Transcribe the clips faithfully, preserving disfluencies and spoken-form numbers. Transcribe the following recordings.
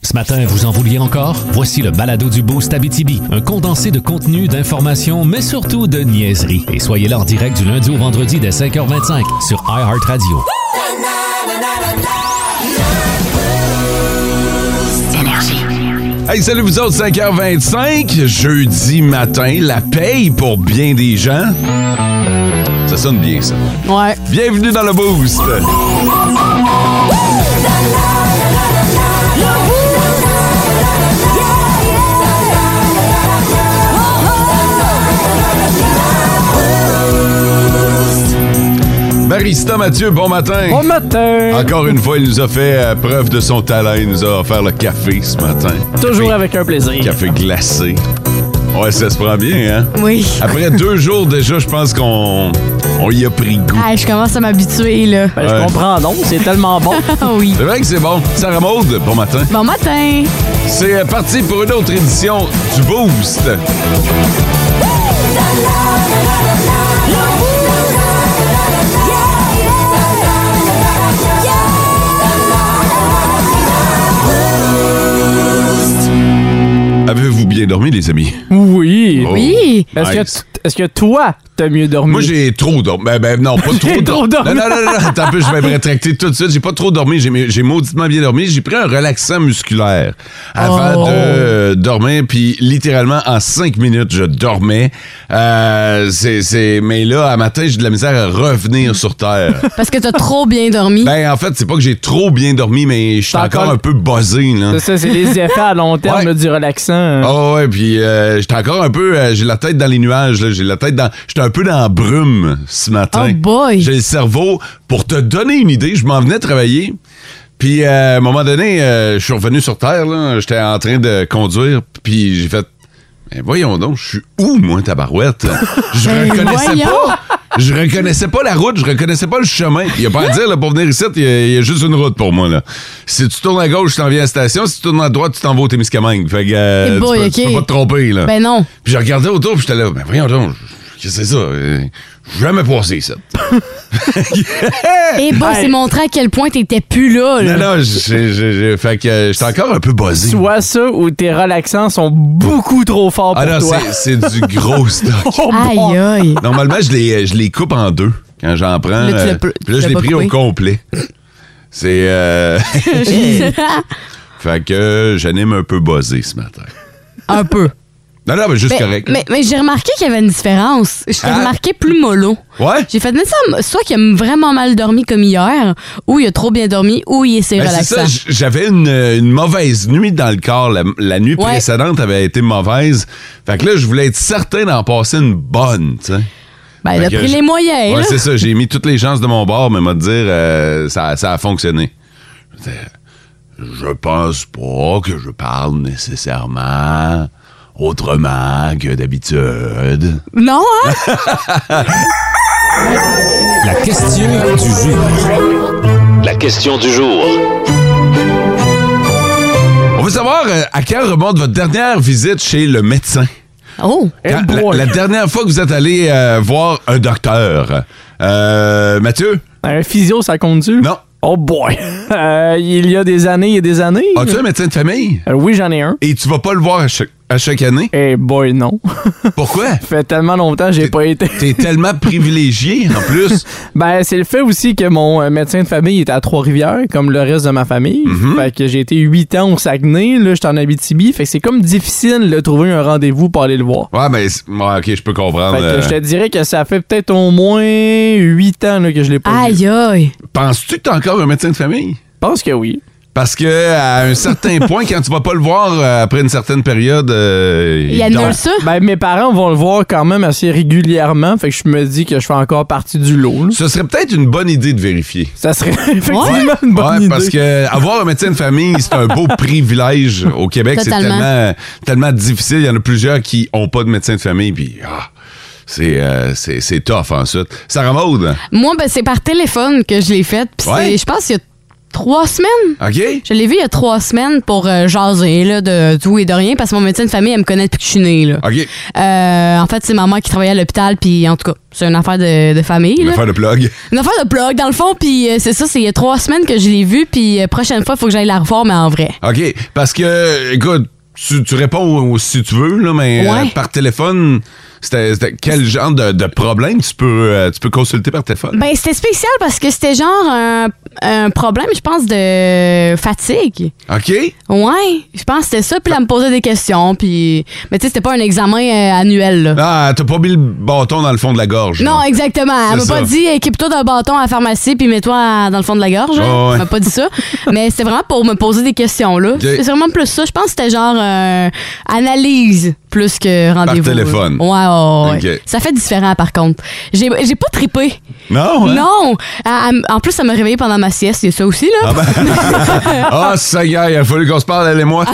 Ce matin, vous en vouliez encore? Voici le balado du Boost Abitibi, un condensé de contenu, d'informations, mais surtout de niaiseries. Et soyez là en direct du lundi au vendredi dès cinq heures vingt-cinq sur iHeartRadio. Énergie. Hey, salut vous autres, cinq heures vingt-cinq, jeudi matin, la paye pour bien des gens. Ça sonne bien, ça. Ouais. Bienvenue dans le Boost. Barista Mathieu, bon matin. Bon matin. Encore une fois, il nous a fait euh, preuve de son talent. Il nous a offert le café ce matin. Toujours café, avec un plaisir. Café glacé. Ouais, ça se prend bien, hein? Oui. Après deux jours déjà, je pense qu'on on y a pris goût. Ah, je commence à m'habituer, là. Ben, Ouais. je comprends donc, c'est tellement bon. Oui. C'est vrai que c'est bon. Sarah Maud, bon matin. Bon matin. C'est parti pour une autre édition du Boost. Avez-vous bien dormi, les amis? Oui. Oh. Oui. Est-ce Nice. que, est-ce que toi, t'as mieux dormi? Moi, j'ai trop dormi. Ben, ben non, pas trop, J'ai trop dormi. Non, non, non, non, attends un peu, je vais me rétracter tout de suite. J'ai pas trop dormi, j'ai, j'ai mauditement bien dormi. J'ai pris un relaxant musculaire avant Oh. de euh, dormir, puis littéralement, en cinq minutes, je dormais. Euh, c'est, c'est... Mais là, à matin, j'ai de la misère à revenir sur Terre. Parce que t'as trop bien dormi. Ben, en fait, c'est pas que j'ai trop bien dormi, mais je suis T'as encore encore- un peu buzzé, là. C'est ça, c'est les effets à long terme Ouais. là, du relaxant. Ah ouais, puis euh, j'étais encore un peu... euh, j'ai la tête dans les nuages, là. J'ai la tête dans... J'étais un peu dans la brume ce matin. Oh boy. J'ai le cerveau... Pour te donner une idée, je m'en venais travailler. Puis euh, à un moment donné, euh, je suis revenu sur Terre, là. J'étais en train de conduire, puis j'ai fait... Ben voyons donc, je suis où, moi, tabarouette? Je Ben reconnaissais voyons. pas... Je reconnaissais pas la route, je reconnaissais pas le chemin. Il y a pas à dire, là, pour venir ici, il y, a- il y a juste une route pour moi, là. Si tu tournes à gauche, tu t'en viens à la station. Si tu tournes à droite, tu t'en vas au Témiscamingue. Fait que euh, Eh tu, boy, peux, ok. tu peux pas te tromper, là. Ben non. Puis je regardais autour, puis j'étais là, ben voyons donc, qu'est-ce que c'est ça? Euh, J'ai jamais passé ça. Et bon, Hey. c'est montré à quel point t'étais plus là, là. Non, non, j'ai, j'ai, j'ai- fait que euh, j'étais encore un peu buzzé. Soit ça ou tes relaxants sont beaucoup trop forts pour Ah non, toi. c'est, c'est du gros stock. Oh, bon. Aïe, aïe. Normalement, je les, je les coupe en deux quand j'en prends. Là, tu l'as euh, peu- puis là, tu je l'as l'ai pas pris coupé. au complet. C'est... Euh... fait que j'anime un peu buzzé ce matin. Un peu. Non, non, mais juste Mais, correct. là. mais, mais j'ai remarqué qu'il y avait une différence. Je t'ai Ah. remarqué plus mollo. Ouais? J'ai fait, mais ça, soit qu'il a vraiment mal dormi comme hier, ou il a trop bien dormi, ou il est c'est Ben, c'est relaxant. ça, j- j'avais une, une mauvaise nuit dans le corps. La, la nuit Ouais. précédente avait été mauvaise. Fait que là, je voulais être certain d'en passer une bonne, tu sais. Ben, il a Fait que pris je- les moyens, Ouais, là. c'est ça. J'ai mis toutes les chances de mon bord, mais m'a dire, euh, ça, ça a fonctionné. Je disais, Je pense pas que je parle nécessairement autrement que d'habitude. Non, hein? La question du jour. La question du jour. On veut savoir euh, à quand remonte votre dernière visite chez le médecin. Oh. Quand- Eh la, boy. la dernière fois que vous êtes allé euh, voir un docteur. Euh, Mathieu? Un physio, ça compte-tu? Non. Oh boy! Euh, il y a des années et des années. As-tu un médecin de famille? Euh, oui, j'en ai un. Et tu vas pas le voir à chaque, à chaque année? Eh boy, non. Pourquoi? Ça fait tellement longtemps que j'ai T'es- pas été. T'es tellement privilégié, en plus. Ben, c'est le fait aussi que mon euh, médecin de famille était à Trois-Rivières, comme le reste de ma famille. Mhm. Fait que j'ai été huit ans au Saguenay, là, j'étais en Abitibi. Fait que c'est comme difficile de trouver un rendez-vous pour aller le voir. Ouais, mais c'est- ouais, ok, je peux comprendre. Fait que euh, je te dirais que ça fait peut-être au moins huit ans là, que je l'ai pas vu. Aïe, aïe. Penses-tu que t'as encore un médecin de famille? Je pense que oui. Parce que à un certain point, quand tu vas pas le voir euh, après une certaine période, euh, Il dort. annule ça? Ben, mes parents vont le voir quand même assez régulièrement. Fait que je me dis que je fais encore partie du lot. là. Ce serait peut-être une bonne idée de vérifier. Ça serait effectivement une bonne Ouais, idée. parce que avoir un médecin de famille, c'est un beau privilège au Québec. C'est Totalement. tellement, tellement difficile. Il y en a plusieurs qui ont pas de médecin de famille, puis ah, c'est, euh, c'est, c'est tough ensuite. Sarah Maud? Moi, ben, c'est par téléphone que je l'ai faite. Puis Ouais. c'est- je pense qu'il y a trois semaines. OK? Je l'ai vu il y a trois semaines pour euh, jaser là, de tout et de rien parce que mon médecin de famille, elle me connaît depuis que je suis née. Là. OK. Euh, en fait, c'est ma mère qui travaillait à l'hôpital, puis en tout cas, c'est une affaire de, de famille. Une là. affaire de plug. Une affaire de plug, dans le fond, puis euh, c'est ça, c'est il y a trois semaines que je l'ai vu, puis euh, prochaine fois, il faut que j'aille la revoir, mais en vrai. OK. Parce que, écoute, tu, tu réponds au, au si tu veux, là, mais Ouais. euh, par téléphone, c'était, c'était quel genre de, de problème tu peux, euh, tu peux consulter par téléphone? Ben, c'était spécial parce que c'était genre un, un problème, je pense, de fatigue. OK? Ouais, je pense que c'était ça, puis elle me posait des questions, puis... Mais tu sais, c'était pas un examen euh, annuel, là. Ah, t'as pas mis le bâton dans le fond de la gorge. Non, là. exactement. Elle C'est m'a ça. pas dit équipe-toi d'un bâton à la pharmacie puis mets-toi à- dans le fond de la gorge. hein. Oh, ouais. Elle m'a pas dit ça. Mais c'était vraiment pour me poser des questions là. C'est vraiment plus ça. Je pense que c'était genre euh, analyse plus que rendez-vous. Par téléphone. Ouais, ouais, ouais. Ok. Ça fait différent par contre. J'ai j'ai pas trippé. Non? hein? Non. Elle- elle- en plus, ça m'a réveillée pendant ma sieste. C'est ça aussi là. Ah, ben... ah, ça y est, il a fallu qu'on se parle, elle et moi.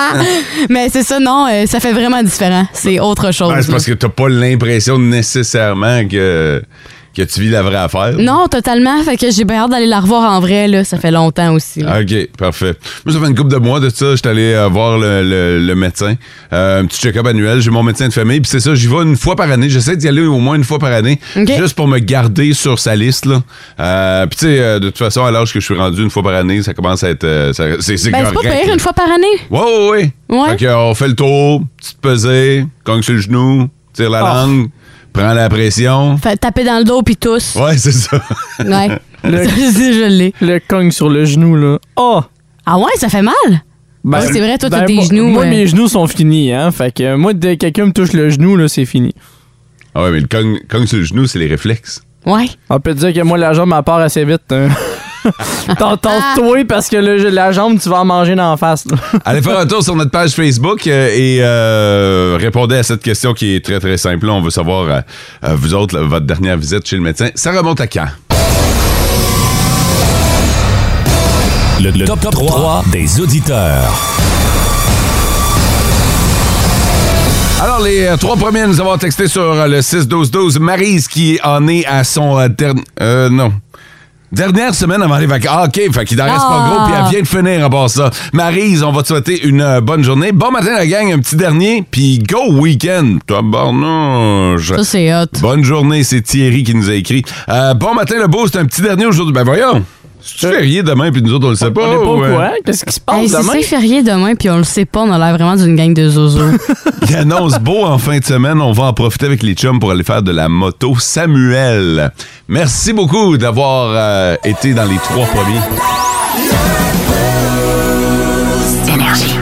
Mais c'est ça, non. euh, ça fait vraiment différent. C'est autre chose. Ah, c'est parce que t'as pas l'impression nécessairement que, que tu vis la vraie affaire. Non, totalement. Fait que j'ai bien hâte d'aller la revoir en vrai là. Ça fait longtemps aussi. là. OK, parfait. Moi, ça fait une couple de mois de ça, j'étais allé euh, voir le, le- le médecin. Euh, un petit check-up annuel. J'ai mon médecin de famille. Puis c'est ça, j'y vais une fois par année. J'essaie d'y aller au moins une fois par année. OK. Juste pour me garder sur sa liste. Là. Euh, puis tu sais, euh, de toute façon, à l'âge que je suis rendu une fois par année, ça commence à être... euh, ça- c'est c'est Ben, c'est pas correct, pire là. une fois par année. Ouais, ouais, ouais. Ouais. Fait que, euh, on fait le tour, petite pesée, cogne sur le genou, tire la Oh. langue, prend la pression. Fait taper dans le dos puis tous. Ouais, c'est ça. Ouais. Le- Ça, je l'ai. Le cogne sur le genou, là. Oh! Ah ouais, ça fait mal? Ben, Ouais, c'est vrai, toi, t'as ben, des moi- genoux, Moi, euh. mes genoux sont finis, hein. Fait que euh, moi, dès que quelqu'un me touche le genou, là, c'est fini. Ah ouais, mais le cogne, cogne sur le genou, c'est les réflexes. Ouais. On peut te dire que moi, la jambe, elle part assez vite. Hein. T'entends-toi parce que le- la jambe, tu vas en manger dans la face. là. Allez faire un tour sur notre page Facebook euh, et euh, répondez à cette question qui est très, très simple. Là, on veut savoir, euh, euh, vous autres, là, votre dernière visite chez le médecin, ça remonte à quand? Le, le top, trois des auditeurs. Alors, les euh, trois premiers à nous avoir texté sur euh, le six douze douze, Maryse qui en est à son euh, dernier... Euh, non. Dernière semaine avant les vacances. Ah, OK, fait qu'il n'en reste pas Ah. gros, puis elle vient de finir à part ça. Maryse, on va te souhaiter une euh, bonne journée. Bon matin, la gang, un petit dernier, puis go week-end. Tabarnouche. Ça, c'est hot. Bonne journée, c'est Thierry qui nous a écrit. Euh, bon matin, le beau, c'est un petit dernier aujourd'hui. Ben voyons, c'est férié demain, puis nous autres, on le sait pas. On est pas au ou, euh, courant. Qu'est-ce qui se passe Hey, si demain? c'est férié demain puis on le sait pas, on a l'air vraiment d'une gang de zozo. Il annonce beau en fin de semaine. On va en profiter avec les chums pour aller faire de la moto. Samuel, merci beaucoup d'avoir euh, été dans les trois premiers. Énergie.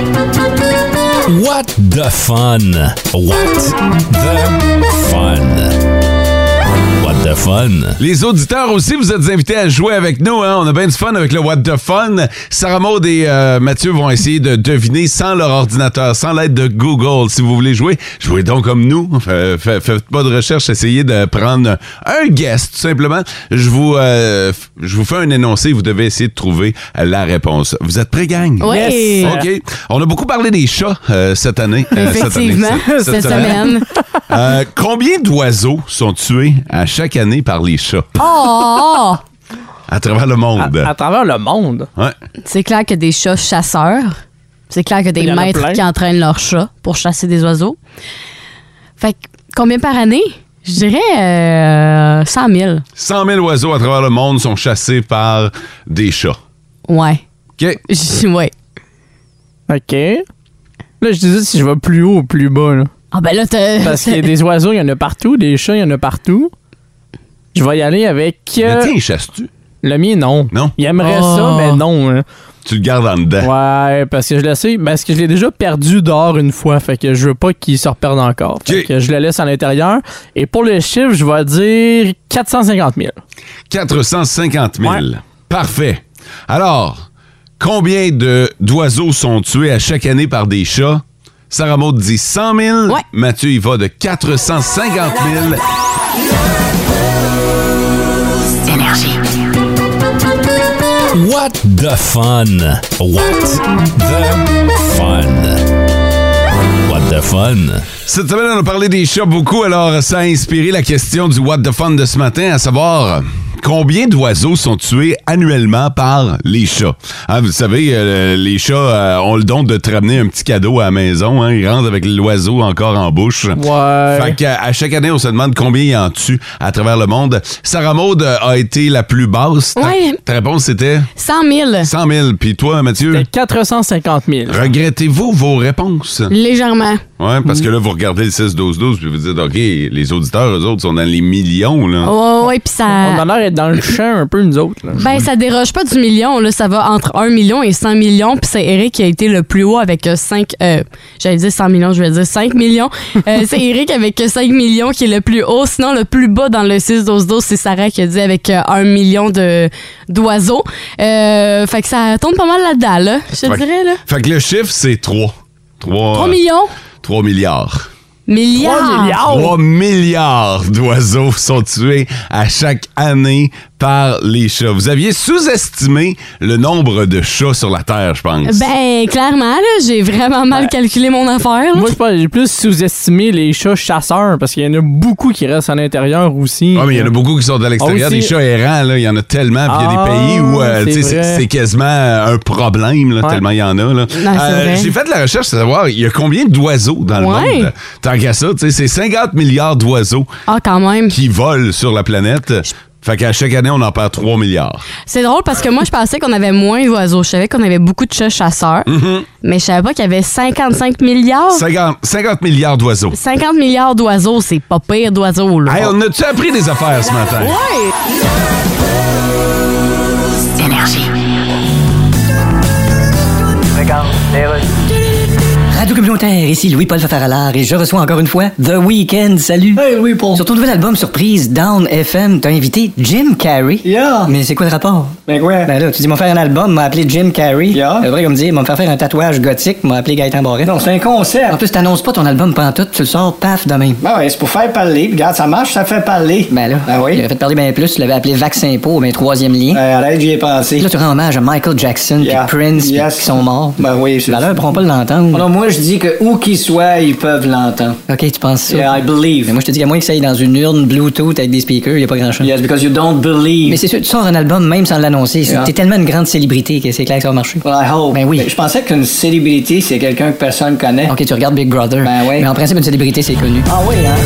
What the fun? What the fun? What the fun? Les auditeurs aussi, vous êtes invités à jouer avec nous. Hein? On a bien du fun avec le What the Fun. Sarah Maud et euh, Mathieu vont essayer de deviner sans leur ordinateur, sans l'aide de Google. Si vous voulez jouer, jouez donc comme nous. Fait- fait- Faites pas de recherche, essayez de prendre un guest, tout simplement. Je vous, euh, f- je vous fais un énoncé, vous devez essayer de trouver la réponse. Vous êtes prêts, gang? Oui. Yes. OK. On a beaucoup parlé des chats euh, cette année. euh, cette année, Effectivement, cette- cette, cette semaine. Euh, combien d'oiseaux sont tués à chaque année par les chats Oh! à travers le monde? À, à travers le monde. Ouais. C'est clair qu'il y a des chats chasseurs. C'est clair qu'il y a Il des y en a maîtres plein. qui entraînent leurs chats pour chasser des oiseaux. Fait que, combien par année? Je dirais euh, cent mille. cent mille oiseaux à travers le monde sont chassés par des chats. Ouais. OK. J- Ouais. OK. Là, je disais si je vais plus haut ou plus bas. Là. Ah ben là, t'as... Parce qu'il y a des oiseaux, il y en a partout. Des chats, il y en a partout. Je vais y aller avec... euh, Le tien, il chasse-tu? le mien, non. Non? Il aimerait Oh. ça, mais non. hein. Tu le gardes en dedans. Ouais, parce que je le sais, parce que je l'ai déjà perdu dehors une fois, fait que je veux pas qu'il se reperde encore. Fait Ok. que je le laisse à l'intérieur. Et pour le chiffre, je vais dire quatre cent cinquante mille. quatre cent cinquante mille. Ouais. Parfait. Alors, combien de d'oiseaux sont tués à chaque année par des chats? Sarah Maud dit cent mille. Ouais. Mathieu, il va de quatre cent cinquante mille. Énergie. What the fun? What the fun? What the fun? Cette semaine, on a parlé des chats beaucoup, alors ça a inspiré la question du What the Fun de ce matin, à savoir, combien d'oiseaux sont tués annuellement par les chats? Hein, vous savez, euh, les chats euh, ont le don de te ramener un petit cadeau à la maison. Hein, ils rentrent avec l'oiseau encore en bouche. Ouais. Fait qu'à à chaque année, on se demande combien ils en tuent à travers le monde. Sarah Maud a été la plus basse. Ta, ouais. ta réponse, c'était? cent mille. cent mille. Puis toi, Mathieu? C'était quatre cent cinquante mille. Regrettez-vous vos réponses? Légèrement. Oui, parce que là, vous regardez le six douze douze puis vous dites, OK, les auditeurs, eux autres, sont dans les millions, là. Ouais, ouais, puis ça... On a l'air d'être dans le champ un peu, nous autres. Là. Ben, ça déroge pas du million, là. Ça va entre un million et cent millions, puis c'est Eric qui a été le plus haut avec cinq... Euh, j'allais dire cent millions, je vais dire cinq millions. Euh, c'est Eric avec cinq millions qui est le plus haut. Sinon, le plus bas dans le six douze douze, c'est Sarah qui a dit avec un million de, d'oiseaux. Euh, fait que ça tombe pas mal là-dedans, là, je te dirais, là. Fait que le chiffre, c'est trois. trois millions? trois milliards. Milliards. trois milliards. trois milliards d'oiseaux sont tués à chaque année par les chats. Vous aviez sous-estimé le nombre de chats sur la Terre, je pense. Ben, clairement, là, j'ai vraiment mal calculé mon affaire. Là. Moi, je pense que j'ai plus sous-estimé les chats chasseurs parce qu'il y en a beaucoup qui restent à l'intérieur aussi. Ah, mais il y en a beaucoup qui sont à l'extérieur. Aussi. Des chats errants, là, il y en a tellement. Puis il y a Ah, des pays où euh, c'est tu sais, c'est, vrai. c'est quasiment un problème, là, Ouais. tellement il y en a. Là. Non, c'est vrai. j'ai fait de la recherche pour savoir il y a combien d'oiseaux dans le Ouais. monde. Tant qu'à ça, tu sais, c'est cinquante milliards d'oiseaux Ah, quand même. qui volent sur la planète. Fait qu'à chaque année, on en perd trois milliards. C'est drôle parce que moi, je pensais qu'on avait moins d'oiseaux. Je savais qu'on avait beaucoup de chats chasseurs, Mm-hmm. mais je savais pas qu'il y avait cinquante-cinq milliards. cinquante, cinquante milliards d'oiseaux. cinquante milliards d'oiseaux, c'est pas pire d'oiseaux, là. Hey, on a-tu appris des affaires ce matin? Ouais! Énergie. Radio Communautaire, ici Louis-Paul Fafaralard et je reçois encore une fois The Weeknd. Salut. Hey, Louis Paul. Sur ton nouvel album surprise, Down F M, t'as invité Jim Carrey. Yeah. Mais c'est quoi le rapport? Ben quoi? Ben là, tu dis, m'en faire un album, m'a appelé Jim Carrey. Yeah. Après, comme dire, m'en faire faire un tatouage gothique, m'a appelé Gaëtan Barrette. Non, c'est un concept. En plus, t'annonces pas ton album pantoute, tu le sors paf de même. Ben ouais, c'est pour faire parler. Puis regarde, ça marche, ça fait parler. Ben là, Ben oui. il aurait fait parler bien plus, tu l'avais appelé Vaccin Po, mais troisième lien. Ben, arrête, j'y ai pensé. Là, tu rends hommage à Michael Jackson, Yeah. puis Prince, puis Yes. qui sont morts. Ben oui, c'est Ben là, ça. ils pourront pas l'entendre. Non, moi, je dis que où qu'ils soient, ils peuvent l'entendre. Ok, tu penses ça? Yeah, I believe. Mais moi, je te dis qu'à moins que ça aille dans une urne Bluetooth avec des speakers, y a pas grand-chose. Yes, because you don't believe. Mais c'est sûr, tu sors un album même sans l'annoncer. Yeah. T'es tellement une grande célébrité que c'est clair que ça va marcher. Well, I hope. Ben oui. Je pensais qu'une célébrité, c'est quelqu'un que personne connaît. Ok, tu regardes Big Brother. Ben oui. Mais en principe, une célébrité, c'est connu. Ah oui, hein?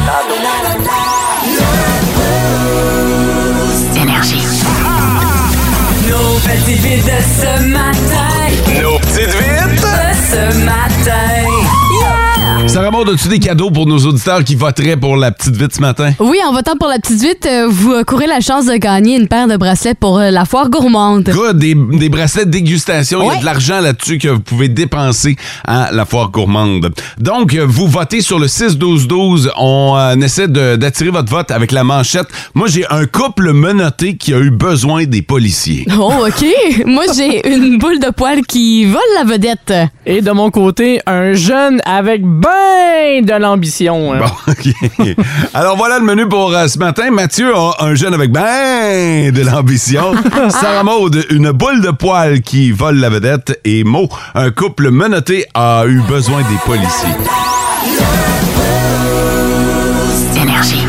Énergie. Nos petites vites de ce matin. Nos petites vites! De ce matin. Yeah! Sarah Maud, as-tu des cadeaux pour nos auditeurs qui voteraient pour la petite vite ce matin? Oui, en votant pour la petite vite, euh, vous euh, courez la chance de gagner une paire de bracelets pour euh, la foire gourmande. Good, des, des bracelets de dégustation. Il y a Ouais. de l'argent là-dessus que vous pouvez dépenser à la foire gourmande. Donc, euh, vous votez sur le six douze douze. On euh, essaie de- d'attirer votre vote avec la manchette. Moi, j'ai un couple menotté qui a eu besoin des policiers. Oh, OK. Moi, j'ai une boule de poil qui vole la vedette. Et de mon côté, un jeune avec ben de l'ambition. hein. Bon, OK. Alors, voilà le menu pour euh, ce matin. Mathieu a un jeune avec ben de l'ambition. Sarah Maud, une boule de poil qui vole la vedette. Et Mo, un couple menotté a eu besoin des policiers. Énergie.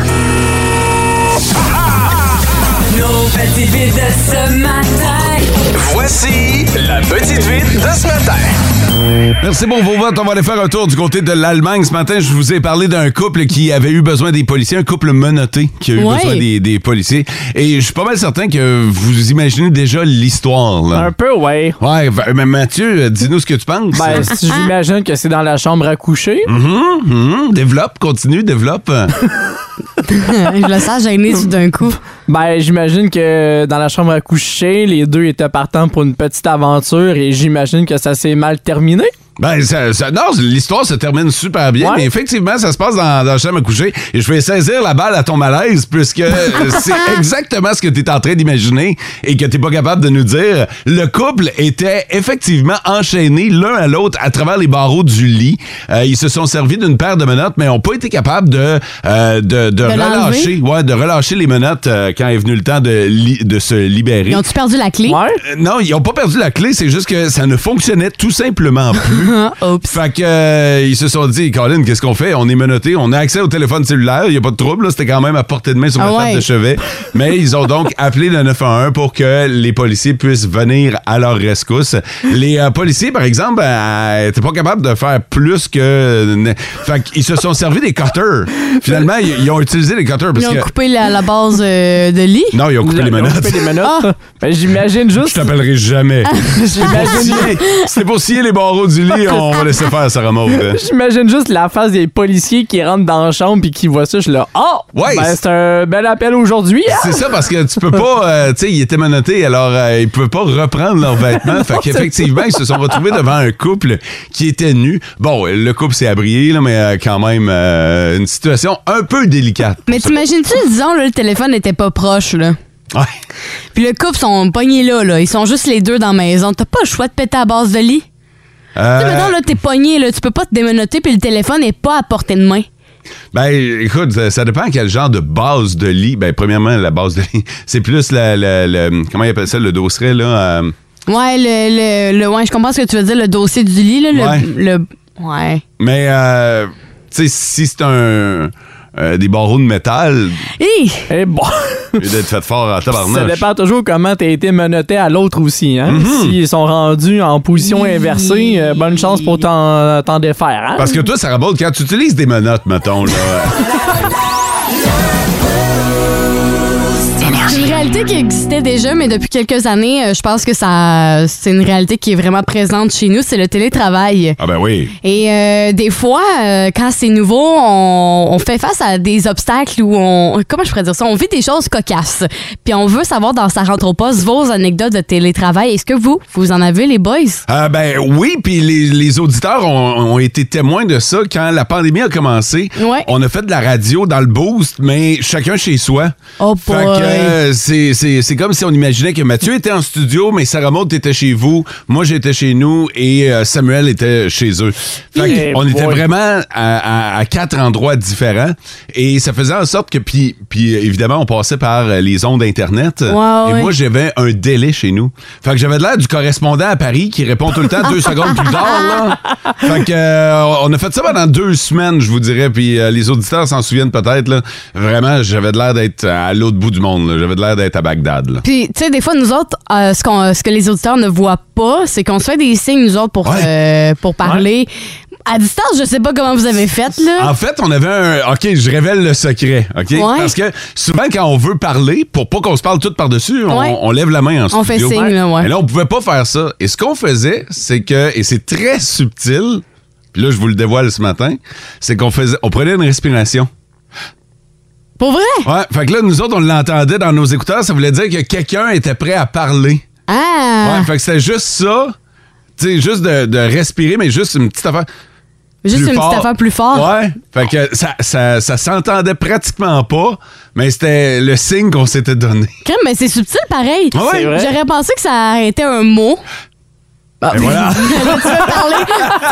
Nos petites vites de ce matin. Voici la petite vite de ce matin. Merci pour vos votes. On va aller faire un tour du côté de l'Allemagne. Ce matin, je vous ai parlé d'un couple qui avait eu besoin des policiers, un couple menotté qui a eu Ouais. besoin des, des policiers. Et je suis pas mal certain que vous imaginez déjà l'histoire. Là. Un peu, ouais. Ouais, ben, mais Mathieu, dis-nous ce que tu penses. Ben, si j'imagine que c'est dans la chambre à coucher. Mhm, mhm. Développe, continue, développe. Je le sens gêné tout d'un coup. Ben, j'imagine que dans la chambre à coucher, les deux étaient partants pour une petite aventure et j'imagine que ça s'est mal terminé. Ben, ça, ça- non, l'histoire se termine super bien, Ouais. mais effectivement, ça se passe dans, dans la chambre à coucher et je vais saisir la balle à ton malaise puisque c'est exactement ce que tu es en train d'imaginer et que tu pas capable de nous dire. Le couple était effectivement enchaîné l'un à l'autre à travers les barreaux du lit. Euh, ils se sont servis d'une paire de menottes, mais n'ont pas été capables de, euh, de, de, relâcher, ouais, de relâcher les menottes euh, quand est venu le temps de, li- de se libérer. Ils ont-tu perdu la clé? Ouais. Euh, Non, ils ont pas perdu la clé, c'est juste que ça ne fonctionnait tout simplement plus. Oups. Fait que euh, ils se sont dit, Colin, qu'est-ce qu'on fait? On est menotté, on a accès au téléphone cellulaire, il n'y a pas de trouble, là, c'était quand même à portée de main sur la Ah table ouais. de chevet. Mais ils ont donc appelé le neuf un un pour que les policiers puissent venir à leur rescousse. Les euh, policiers, par exemple, n'étaient pas capables de faire plus que... Fait qu'ils se sont servis des cutters. Finalement, ils, ils ont utilisé les cutters parce Ils ont que... coupé la, la base euh, de lit. Non, ils ont coupé Ils les ont menottes. coupé les menottes. Ah. Ben, j'imagine juste. Je t'appellerai jamais. J'imagine, C'est pour scier les barreaux du lit, on va laisser faire Sarah Maud. j'imagine juste la face des policiers qui rentrent dans la chambre puis qui voient ça. Je suis là, oh! Ouais, Ben, c'est- c'est un bel appel aujourd'hui. hein? C'est ça, parce que tu peux pas... euh, tu sais, ils étaient menottés, alors euh, ils pouvaient pas reprendre leurs vêtements. Fait qu'effectivement, ils se sont retrouvés devant un couple qui était nu. Bon, le couple s'est abrié, là, mais euh, quand même, euh, une situation un peu délicate. Mais t'imagines-tu, disons, là, le téléphone n'était pas proche, là. Ouais. Puis le couple sont pognés là, là. Ils sont juste les deux dans la maison. T'as pas le choix de péter à base de lit. Euh, Tu sais, mettons, là, t'es pogné, là. Tu peux pas te démenoter, puis le téléphone est pas à portée de main. Ben, écoute, ça, ça dépend quel genre de base de lit. Ben, premièrement, la base de lit, c'est plus la, la- la- comment ils appellent ça, le dosseret, là? euh, Ouais, le, le, le- ouais, je comprends ce que tu veux dire, le dossier du lit, là. Le, Ouais. le- ouais. mais, euh, tu sais, si c'est un... euh, des barreaux de métal, Hi! Eh bon. au lieu d'être fait fort en Ça tabarnak. dépend toujours comment t'as été menotté à l'autre aussi. Hein? Mm-hmm. S'ils sont rendus en position inversée, euh, bonne chance pour t'en, t'en défaire. Hein? Parce que toi, Sarah Maud, quand tu utilises des menottes, mettons, là... C'est une réalité qui existait déjà, mais depuis quelques années, euh, je pense que ça, c'est une réalité qui est vraiment présente chez nous, c'est le télétravail. Ah ben oui. Et euh, des fois, euh, quand c'est nouveau, on, on fait face à des obstacles où on... Comment je pourrais dire ça? On vit des choses cocasses. Puis on veut savoir dans sa rentre au poste vos anecdotes de télétravail. Est-ce que vous, vous en avez, les boys? Ah ben oui, puis les, les auditeurs ont, ont été témoins de ça quand la pandémie a commencé. Ouais. On a fait de la radio dans le boost, mais chacun chez soi. Oh Fait boy. que euh, c'est, c'est, c'est comme si on imaginait que Mathieu était en studio, mais Sarah Maud était chez vous, moi j'étais chez nous et euh, Samuel était chez eux. Fait Hey qu'on était boy. vraiment à, à- à quatre endroits différents et ça faisait en sorte que, puis, puis évidemment, on passait par les ondes Internet. Ouais, et ouais. moi, j'avais un délai chez nous. Fait que j'avais l'air du correspondant à Paris qui répond tout le temps deux secondes plus tard. Là. Fait que euh, on a fait ça pendant deux semaines, je vous dirais. Puis euh, les auditeurs s'en souviennent peut-être. Là. Vraiment, j'avais de l'air d'être à l'autre bout du monde. là. J'avais de l'air d'être à Bagdad. Là. Puis, tu sais, des fois, nous autres, euh, ce, qu'on, ce que les auditeurs ne voient pas, c'est qu'on se fait des signes, nous autres, pour, Ouais. euh, pour parler. À distance, je sais pas comment vous avez fait, là. En fait, on avait un... OK, je révèle le secret, OK? Ouais. Parce que souvent, quand on veut parler, pour pas qu'on se parle tout par-dessus, on, Ouais. on lève la main en studio. On fait signe, là, ouais. Mais là, on pouvait pas faire ça. Et ce qu'on faisait, c'est que... Et c'est très subtil, puis là, je vous le dévoile ce matin, c'est qu'on faisait... On prenait une respiration. Pour vrai? Ouais, fait que là, nous autres, on l'entendait dans nos écouteurs, ça voulait dire que quelqu'un était prêt à parler. Ah! Ouais, fait que c'était juste ça, tu sais, juste de, de respirer, mais juste une petite affaire... Juste plus une fort. petite affaire plus fort. Ouais. Fait que ça, ça, ça s'entendait pratiquement pas, mais c'était le signe qu'on s'était donné. Crème, mais c'est subtil pareil. Ah ouais? C'est vrai. J'aurais pensé que ça aurait été un mot. Et voilà. Tu veux parler?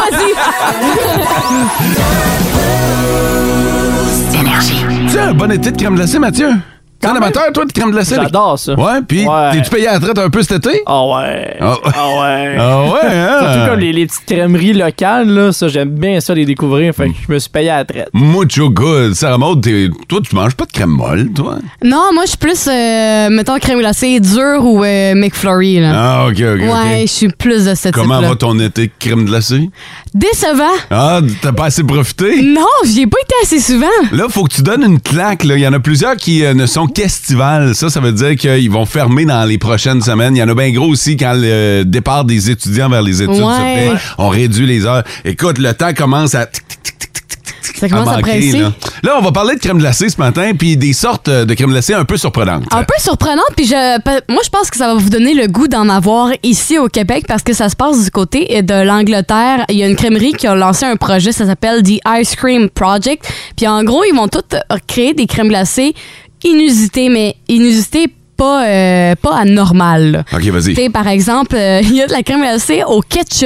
Vas-y. Énergie. Tu as un bon été de crème glacée, Mathieu? T'es un amateur, toi, de crème glacée? J'adore ça. Ouais, puis Ouais. t'es-tu payé à la traite un peu cet été? Ah ouais. Ah ouais. Ah ouais. Ah ouais, hein? Surtout comme les, les petites crèmeries locales, là, ça, j'aime bien ça les découvrir. Fait que je me suis payé à la traite. Mucho good. Sarah Maud, t'es- toi, tu manges pas de crème molle, toi? Non, moi, je suis plus, euh, mettons, crème glacée dure ou euh, McFlurry, là. Ah, OK, OK, ouais, OK. je suis plus de ce Comment type-là. va ton été de crème glacée? Décevant. Ah, t'as pas assez profité? Non, j'y ai pas été assez souvent. Là, faut que tu donnes une claque. Là. Il y en a plusieurs qui euh, ne sont qu'estivales. Ça, ça veut dire qu'ils vont fermer dans les prochaines semaines. Il y en a bien gros aussi quand le départ des étudiants vers les études Ouais. se fait. On réduit les heures. Écoute, le temps commence à... tic, tic, tic, tic, tic, tic, Ça commence à manquer, presser. Là. Là, on va parler de crème glacée ce matin, puis des sortes euh, de crème glacée un peu surprenantes. Un peu surprenante, puis je, pe- moi, je pense que ça va vous donner le goût d'en avoir ici au Québec parce que ça se passe du côté de l'Angleterre. Il y a une crèmerie qui a lancé un projet, ça s'appelle The Ice Cream Project. Puis en gros, ils vont toutes créer des crèmes glacées inusitées, mais inusitées pas, euh, pas anormales. là. OK, vas-y. Tu sais, par exemple, euh, il y a de la crème glacée au ketchup,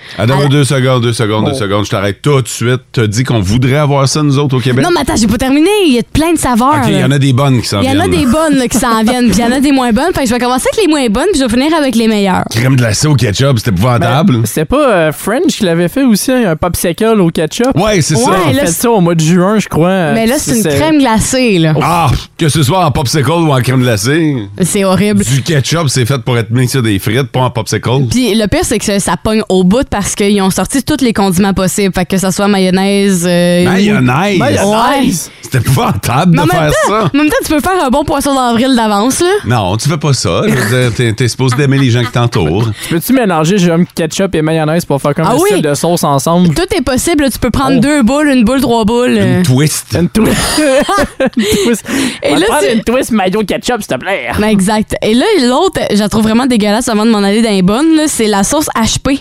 Attends, À la- deux secondes, deux secondes, deux secondes. Je t'arrête tout de suite. T'as dit qu'on voudrait avoir ça, nous autres, au Québec? Non, mais attends, j'ai pas terminé. Il y a plein de saveurs. OK, il y en a des bonnes qui s'en Il y viennent. en a là. des bonnes là, qui s'en viennent, puis il y en a des moins bonnes. Fait que je vais commencer avec les moins bonnes, puis je vais finir avec les meilleures. Crème glacée au ketchup, c'était épouvantable. Ben, c'est pas euh, French qui l'avait fait aussi, hein, un popsicle au ketchup? Ouais, c'est ça. Ouais, Ils ont là, fait c'est- ça au mois de juin, je crois. Mais là, c'est une crème glacée, là. Ah, que ce soit en popsicle ou en crème glacée, C'est horrible. du ketchup, c'est fait pour être mis sur des frites, pas en popsicle. Puis le pire, c'est que ça pogne au bout parce qu'ils ont sorti tous les condiments possibles. Fait que ça soit mayonnaise. Euh, Mayonnaise! Ouais. C'était épouvantable Mais de en même faire temps, ça. en même temps, tu peux faire un bon poisson d'avril d'avance, là. Non, tu fais pas ça. Je veux dire, t'es, t'es supposé d'aimer les gens qui t'entourent. Peux-tu mélanger j'aime ketchup et mayonnaise pour faire comme Ah un oui? style de sauce ensemble? Tout est possible. là. Tu peux prendre Oh. deux boules, une boule, trois boules. euh. Une twist. Une twist. Une twist. Et On va là, prendre c'est- une twist mayo ketchup, s'il te plaît. Ben, exact. Et là, l'autre, je la trouve vraiment dégueulasse avant de m'en aller dans les bonnes, là, c'est la sauce H P.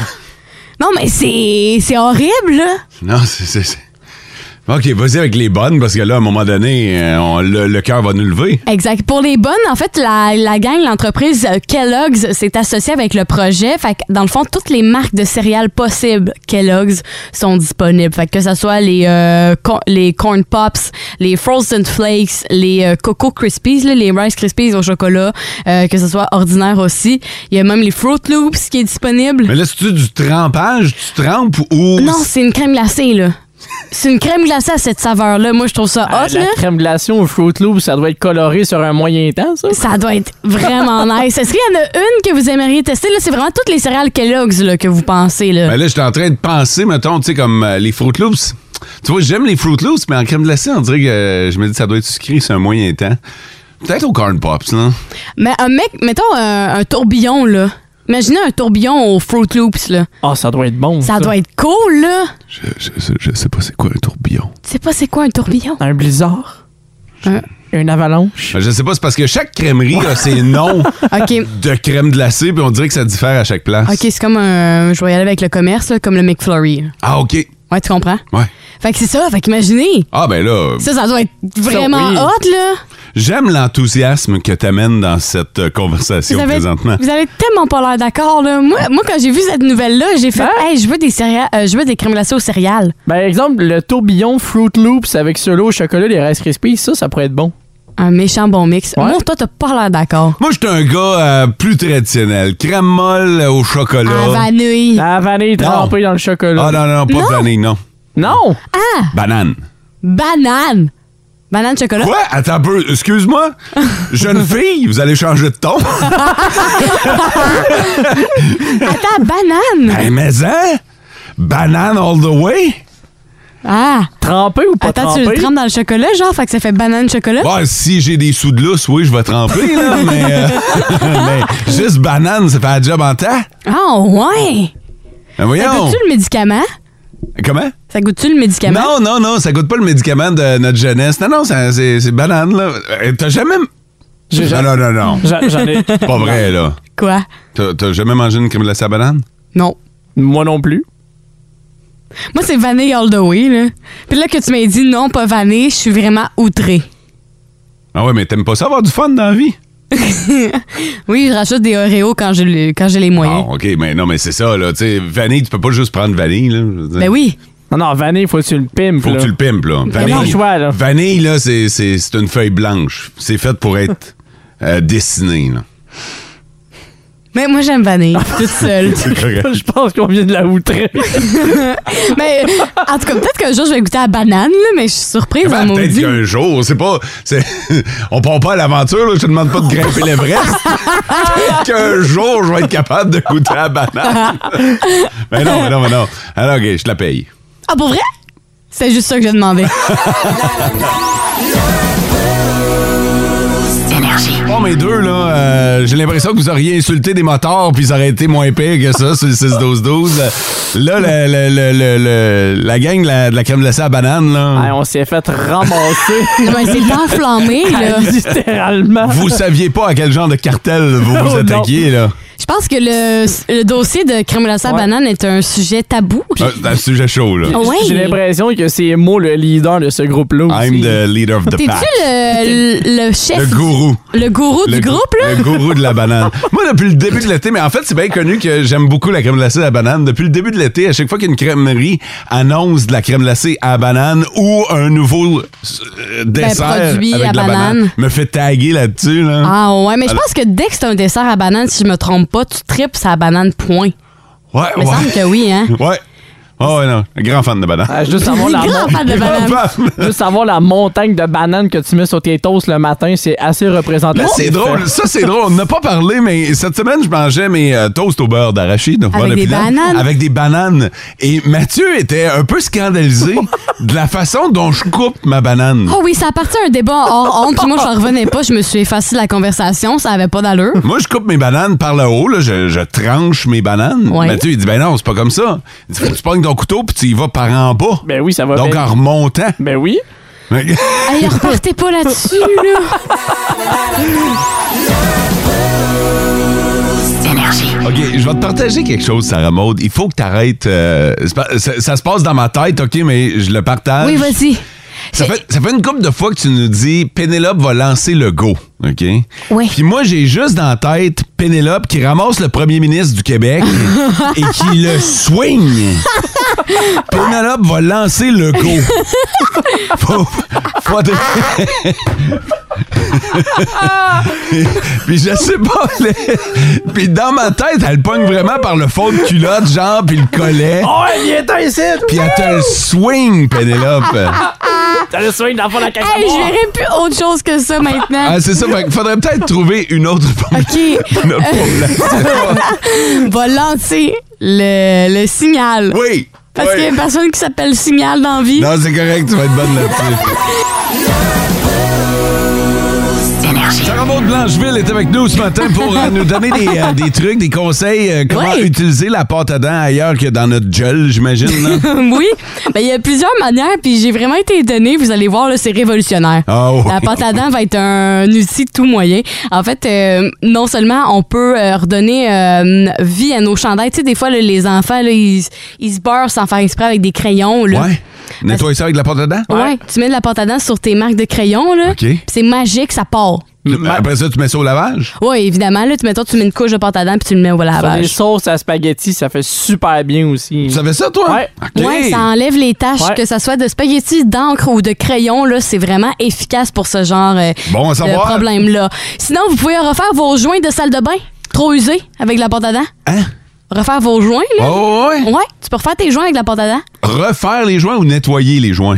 Non, mais c'est c'est horrible, là. Non, c'est... c'est, c'est... OK, vas-y avec les bonnes, parce que là, à un moment donné, euh, on- le, le cœur va nous lever. Exact. Pour les bonnes, en fait, la, la gang, l'entreprise euh, Kellogg's s'est associée avec le projet. Fait que, dans le fond, toutes les marques de céréales possibles Kellogg's sont disponibles. Fait que, que ce soit les, euh, co- les Corn Pops, les Frozen Flakes, les euh, Coco Krispies, là, les Rice Krispies au chocolat, euh, que ce soit ordinaire aussi. Il y a même les Fruit Loops qui est disponible. Mais là, c'est-tu du trempage? Tu trempes ou... Non, c'est une crème glacée, là. C'est une crème glacée à cette saveur-là. Moi, je trouve ça Ah, hot, la là. crème glacée au Fruit Loops, ça doit être coloré sur un moyen temps, ça? Ça doit être vraiment nice. Est-ce qu'il y en a une que vous aimeriez tester? Là, c'est vraiment toutes les céréales Kellogg's là, que vous pensez. Là. Ben là, j'étais en train de penser, mettons, tu sais, comme euh, les Fruit Loops. Tu vois, j'aime les Fruit Loops, mais en crème glacée, on dirait que euh, je me dis que ça doit être sucré sur un moyen temps. Peut-être au Corn Pops, là. Mais un mec, mettons un, un tourbillon, là. Imaginez un tourbillon aux Fruit Loops, là. Ah, ça doit être bon. Ça doit être cool, là. Je, je, je sais pas c'est quoi un tourbillon. Tu sais pas c'est quoi un tourbillon? Un blizzard? Un- Une avalanche? Ben, je sais pas, c'est parce que chaque crèmerie a ses noms OK. de crème glacée, puis on dirait que ça diffère à chaque place. OK, c'est comme un... Je vais y aller avec le commerce, là, comme le McFlurry. là. Ah, OK. Ouais, tu comprends? Ouais. Fait que c'est ça. Fait qu'imaginez. Ah, ben là, Ça, ça doit être vraiment oui. hot, là. j'aime l'enthousiasme que t'amènes dans cette euh, conversation Vous avez, présentement. vous avez tellement pas l'air d'accord, là. Moi, moi, quand j'ai vu cette nouvelle-là, j'ai fait Ben. « Hey, je veux des céréales, euh, je veux des crèmes glacées aux céréales. Ben, exemple, le tourbillon Fruit Loops avec ceux-là au chocolat, les Rice Krispies, ça, ça pourrait être bon. » Un méchant bon mix. Ouais. Moi, toi, t'as pas l'air d'accord. Moi, j'étais un gars euh, plus traditionnel. Crème molle au chocolat. À vanille. La vanille trempée dans le chocolat. Ah non, non, pas Non. de vanille, non. Non! Ah! Banane. Banane. Banane chocolat. Quoi? Attends un peu, excuse-moi. Jeune fille, vous allez changer de ton? Attends, banane. Hey, mais hein? Banane all the way? Ah. Trempé ou pas Attends, tu trempé? le trempes dans le chocolat, genre, fait que ça fait banane chocolat? Ouais, si j'ai des sous de lousse, oui, je vais tremper, là, mais, euh, mais juste banane, ça fait un job en temps? Ah, ouais. Ben Ça voyons. goûte-tu le médicament? Comment? Ça goûte-tu le médicament? Non, non, non, ça goûte pas le médicament de notre jeunesse. Non, non, ça- c'est c'est banane, là. Euh, T'as jamais... J'ai- Non, non, non, non. J'en j'en ai. Pas vrai, là. Quoi? T'as t'as jamais mangé une crème glacée à banane? Non. Moi non plus. Moi, c'est vanille all the way, là. Puis là que tu m'as dit non, pas vanille, je suis vraiment outrée. Ah ouais, mais t'aimes pas ça avoir du fun dans la vie? Oui, je rachète des Oreos quand j'ai le- quand j'ai les moyens. Ah, OK, mais non, mais c'est ça, là. Tu sais, vanille, tu peux pas juste prendre vanille, là. je veux dire. Ben oui. Non, non, vanille, faut que tu le pimpes. Faut là. que tu le pimpes, là. Ben Pas le Vanille, choix, là. vanille, là, c'est c'est- c'est une feuille blanche. C'est fait pour être euh, dessiné, là. Mais moi, j'aime vanille, toute seule. C'est correct. Je pense qu'on vient de la outrer. Mais en tout cas, peut-être qu'un jour, je vais goûter à la banane, là, mais je suis surprise Ben, en peut-être maudit. qu'un jour, c'est pas. c'est- On part pas à l'aventure, là. Je te demande pas de grimper l'Everest. Peut-être qu'un jour, je vais être capable de goûter à la banane. mais non, mais non, mais non. Alors, OK, je te la paye. Ah, pour vrai? C'est juste ça que j'ai demandé. Énergie. Bon, mes deux, là, euh, j'ai l'impression que vous auriez insulté des motards puis ça aurait été moins pire que ça sur le six douze douze. Là, le, le, le, le, le- la gang de la, de la crème glacée à banane, là, Hey, on s'est fait ramasser. Non, mais c'est enflammé, là. Littéralement. vous saviez pas à quel genre de cartel vous vous Oh, non. attaquiez, là. Je pense que le, le dossier de crème glacée à Ouais. banane est un sujet tabou. Ah, C'est un sujet chaud, là. Ouais. J'ai l'impression que c'est moi le leader de ce groupe-là aussi. I'm the leader of the T'es-tu pack. le, le chef? Le gourou. Le gourou Le du gou- groupe, là? Le gourou de la banane. Moi, depuis le début de l'été, mais en fait, c'est bien connu que j'aime beaucoup la crème glacée à la banane. Depuis le début de l'été, à chaque fois qu'une crèmerie annonce de la crème glacée à la banane ou un nouveau euh, dessert produit avec à de la banane, banane. me fait taguer là-dessus. Là. Ah ouais, mais je Alors- pense que dès que c'est un dessert à banane, si je me trompe pas, tu tripes sa banane, point. Ouais, Il me ouais. semble que oui, hein? Ouais. Oh, ouais, non. Un grand fan de banane. Ah, juste savoir la Grand fan de banane. Juste savoir la montagne de bananes que tu mets sur tes toasts le matin, c'est assez représentatif. Ben, c'est drôle, ça c'est drôle. On n'a pas parlé, mais cette semaine, je mangeais mes euh, toasts au beurre d'arachide. Avec Bon des appétit. bananes? Avec des bananes. Et Mathieu était un peu scandalisé de la façon dont je coupe ma banane. Oh oui, ça a parti un débat hors honte, puis moi, je n'en revenais pas. Je me suis effacé de la conversation, ça avait pas d'allure. Moi, je coupe mes bananes par le haut, là, je, je tranche mes bananes. Ouais. Mathieu, il dit, ben non, c'est pas comme ça. Il dit, faut que tu pognes ton couteau puis tu y vas par en bas. Ben oui, ça va Donc bien. en remontant. Ben oui. Hey, repartez pas là-dessus, là. Énergie. OK, je vais te partager quelque chose, Sarah Maud. Il faut que tu arrêtes. ça, ça se passe dans ma tête, OK, mais je le partage. Oui, vas-y. Ça fait, ça fait une couple de fois que tu nous dis Pénélope va lancer le go, OK? Oui. Puis moi, j'ai juste dans la tête Pénélope qui ramasse le premier ministre du Québec et qui le swing. Pénélope va lancer le go. Faut, faut Puis je sais pas. les- Puis dans ma tête, elle pogne vraiment par le fond de culotte, genre, puis le collet. Oh, il est ici! Puis elle te le swing, Pénélope. T'as le swing dans le fond de la caisse à Hey, je boire. verrais plus autre chose que ça maintenant. Ah, c'est ça. Fait qu'il faudrait peut-être trouver une autre forme. OK. Une autre forme. Va lancer le, le signal. Oui. Parce oui. qu'il y a une personne qui s'appelle Signal dans la vie. Non, c'est correct, tu vas être bonne là-dessus. Énergie. Sarah Maud Blancheville est avec nous ce matin pour euh, nous donner des, euh, des trucs, des conseils, euh, comment Oui. utiliser la pâte à dents ailleurs que dans notre gel, j'imagine. là. Oui. Ben, il y a plusieurs manières, puis j'ai vraiment été étonnée. Vous allez voir, là, c'est révolutionnaire. Ah oui. La pâte à dents va être un outil tout moyen. En fait, euh, non seulement on peut euh, redonner euh, vie à nos chandails. Tu sais, des fois, là, les enfants, là, ils, ils se beurrent sans faire exprès avec des crayons. Là. Ouais. Nettoyer ça avec de la pâte à dents? Ouais. Tu mets de la pâte à dents sur tes marques de crayons, là. OK. Puis c'est magique, ça part. Après ça, tu mets ça au lavage? Oui, évidemment. Là, tu, mettons, tu mets une couche de pâte à dents puis tu le mets au Sur des lavage. sauces à spaghetti, ça fait super bien aussi. Tu savais ça, toi? Ouais. OK. Ouais, ça enlève les taches, Ouais. que ça soit de spaghetti, d'encre ou de crayon. Là, c'est vraiment efficace pour ce genre euh, Bon à de savoir. problème-là. Sinon, vous pouvez refaire vos joints de salle de bain trop usés avec de la pâte à dents. Hein? Refaire vos joints, là. Oh, ouais. Ouais, tu peux refaire tes joints avec de la pâte à dents. Refaire les joints ou nettoyer les joints?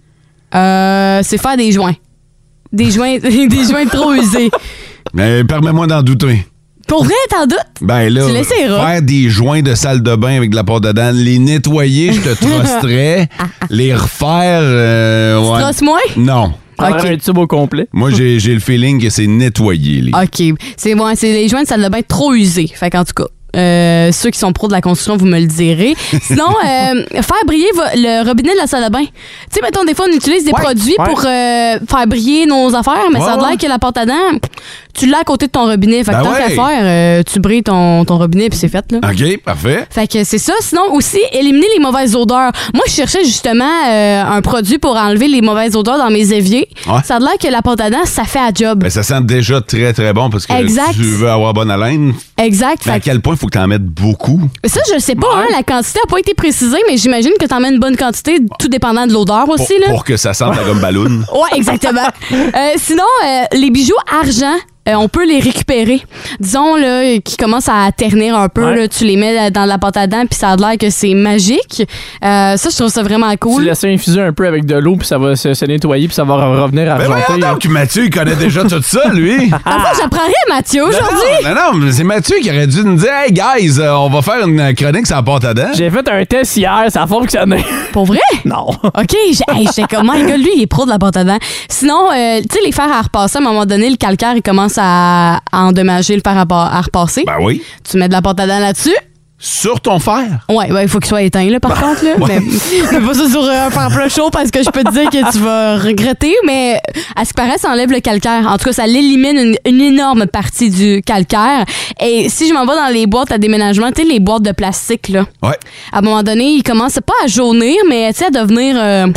Euh, c'est faire des joints. Des joints, des joints trop usés. Mais permets-moi d'en douter. Pour vrai, t'en doutes? Ben là, Tu l'essayeras. faire des joints de salle de bain avec de la pâte à dents, les nettoyer, je te trusterais. Les refaire, euh, ouais. Trosse moins? Non. Prendre un tube au complet. Moi, j'ai j'ai le feeling que c'est nettoyer. Les... OK. C'est bon, c'est les joints de salle de bain trop usés. Fait qu'en tout cas, euh, ceux qui sont pros de la construction, vous me le direz. Sinon, euh, faire briller vo- le robinet de la salle de bain. Tu sais, mettons, des fois, on utilise des Ouais, produits ouais. pour euh, faire briller nos affaires, mais Ouais, ça a l'air ouais. que la pâte à dents, tu l'as à côté de ton robinet. Fait que Ben tant ouais. qu'à faire, euh, tu brilles ton, ton robinet puis c'est fait, là. OK, parfait. Fait que c'est ça. Sinon, aussi, éliminer les mauvaises odeurs. Moi, je cherchais justement euh, un produit pour enlever les mauvaises odeurs dans mes éviers. Ouais. Ça a l'air que la pâte à dents, ça fait à job. Ben, ça sent déjà très, très bon parce que Exact. tu veux avoir bonne haleine. Exact. Mais à Fait que- quel point il faut que tu en mettes beaucoup? ça, je sais pas, hein, la quantité n'a pas été précisée, mais j'imagine que t'en mets une bonne quantité, tout dépendant de l'odeur Pour, aussi. Là. pour que ça sente la gomme ballon. Ouais, exactement. Euh, sinon, euh, les bijoux argent, euh, on peut les récupérer. Disons là, euh, qui commencent à ternir un peu, Ouais. là, tu les mets dans la pâte à dents, puis ça a l'air que c'est magique. Euh, ça, je trouve ça vraiment Tu cool. laisses ça infuser un peu avec de l'eau, puis ça va se, se nettoyer, puis ça va re- revenir Ben argenté. voyons donc, Mathieu, il connaît déjà tout ça, lui. Enfin, j'apprends rien, Mathieu, aujourd'hui. Non, non, non, mais c'est Mathieu qui aurait dû nous dire « Hey, guys, euh, on va faire une chronique sans pâte à dents. » J'ai fait un test hier, ça a fonctionné. Pour vrai? Non. OK, j'ai- hey, j'étais comme, my God, lui, il est pro de la pâte à dents. Sinon, euh, tu sais, les fers à repasser, à un moment donné, le calcaire, il commence à, à endommager le fer à, pa- à repasser. Ben oui. Tu mets de la pâte à dents là-dessus. Sur ton fer. Ouais, ben, il faut qu'il soit éteint, là, par contre, là. Mais, mais pas ça sur euh, un fer plat chaud parce que je peux te dire que tu vas regretter, mais à ce qui paraît, ça enlève le calcaire. En tout cas, ça l'élimine une, une énorme partie du calcaire. Et si je m'en vais dans les boîtes à déménagement, tu sais, les boîtes de plastique, là. Ouais. À un moment donné, il commence pas à jaunir, mais tu sais, à devenir euh,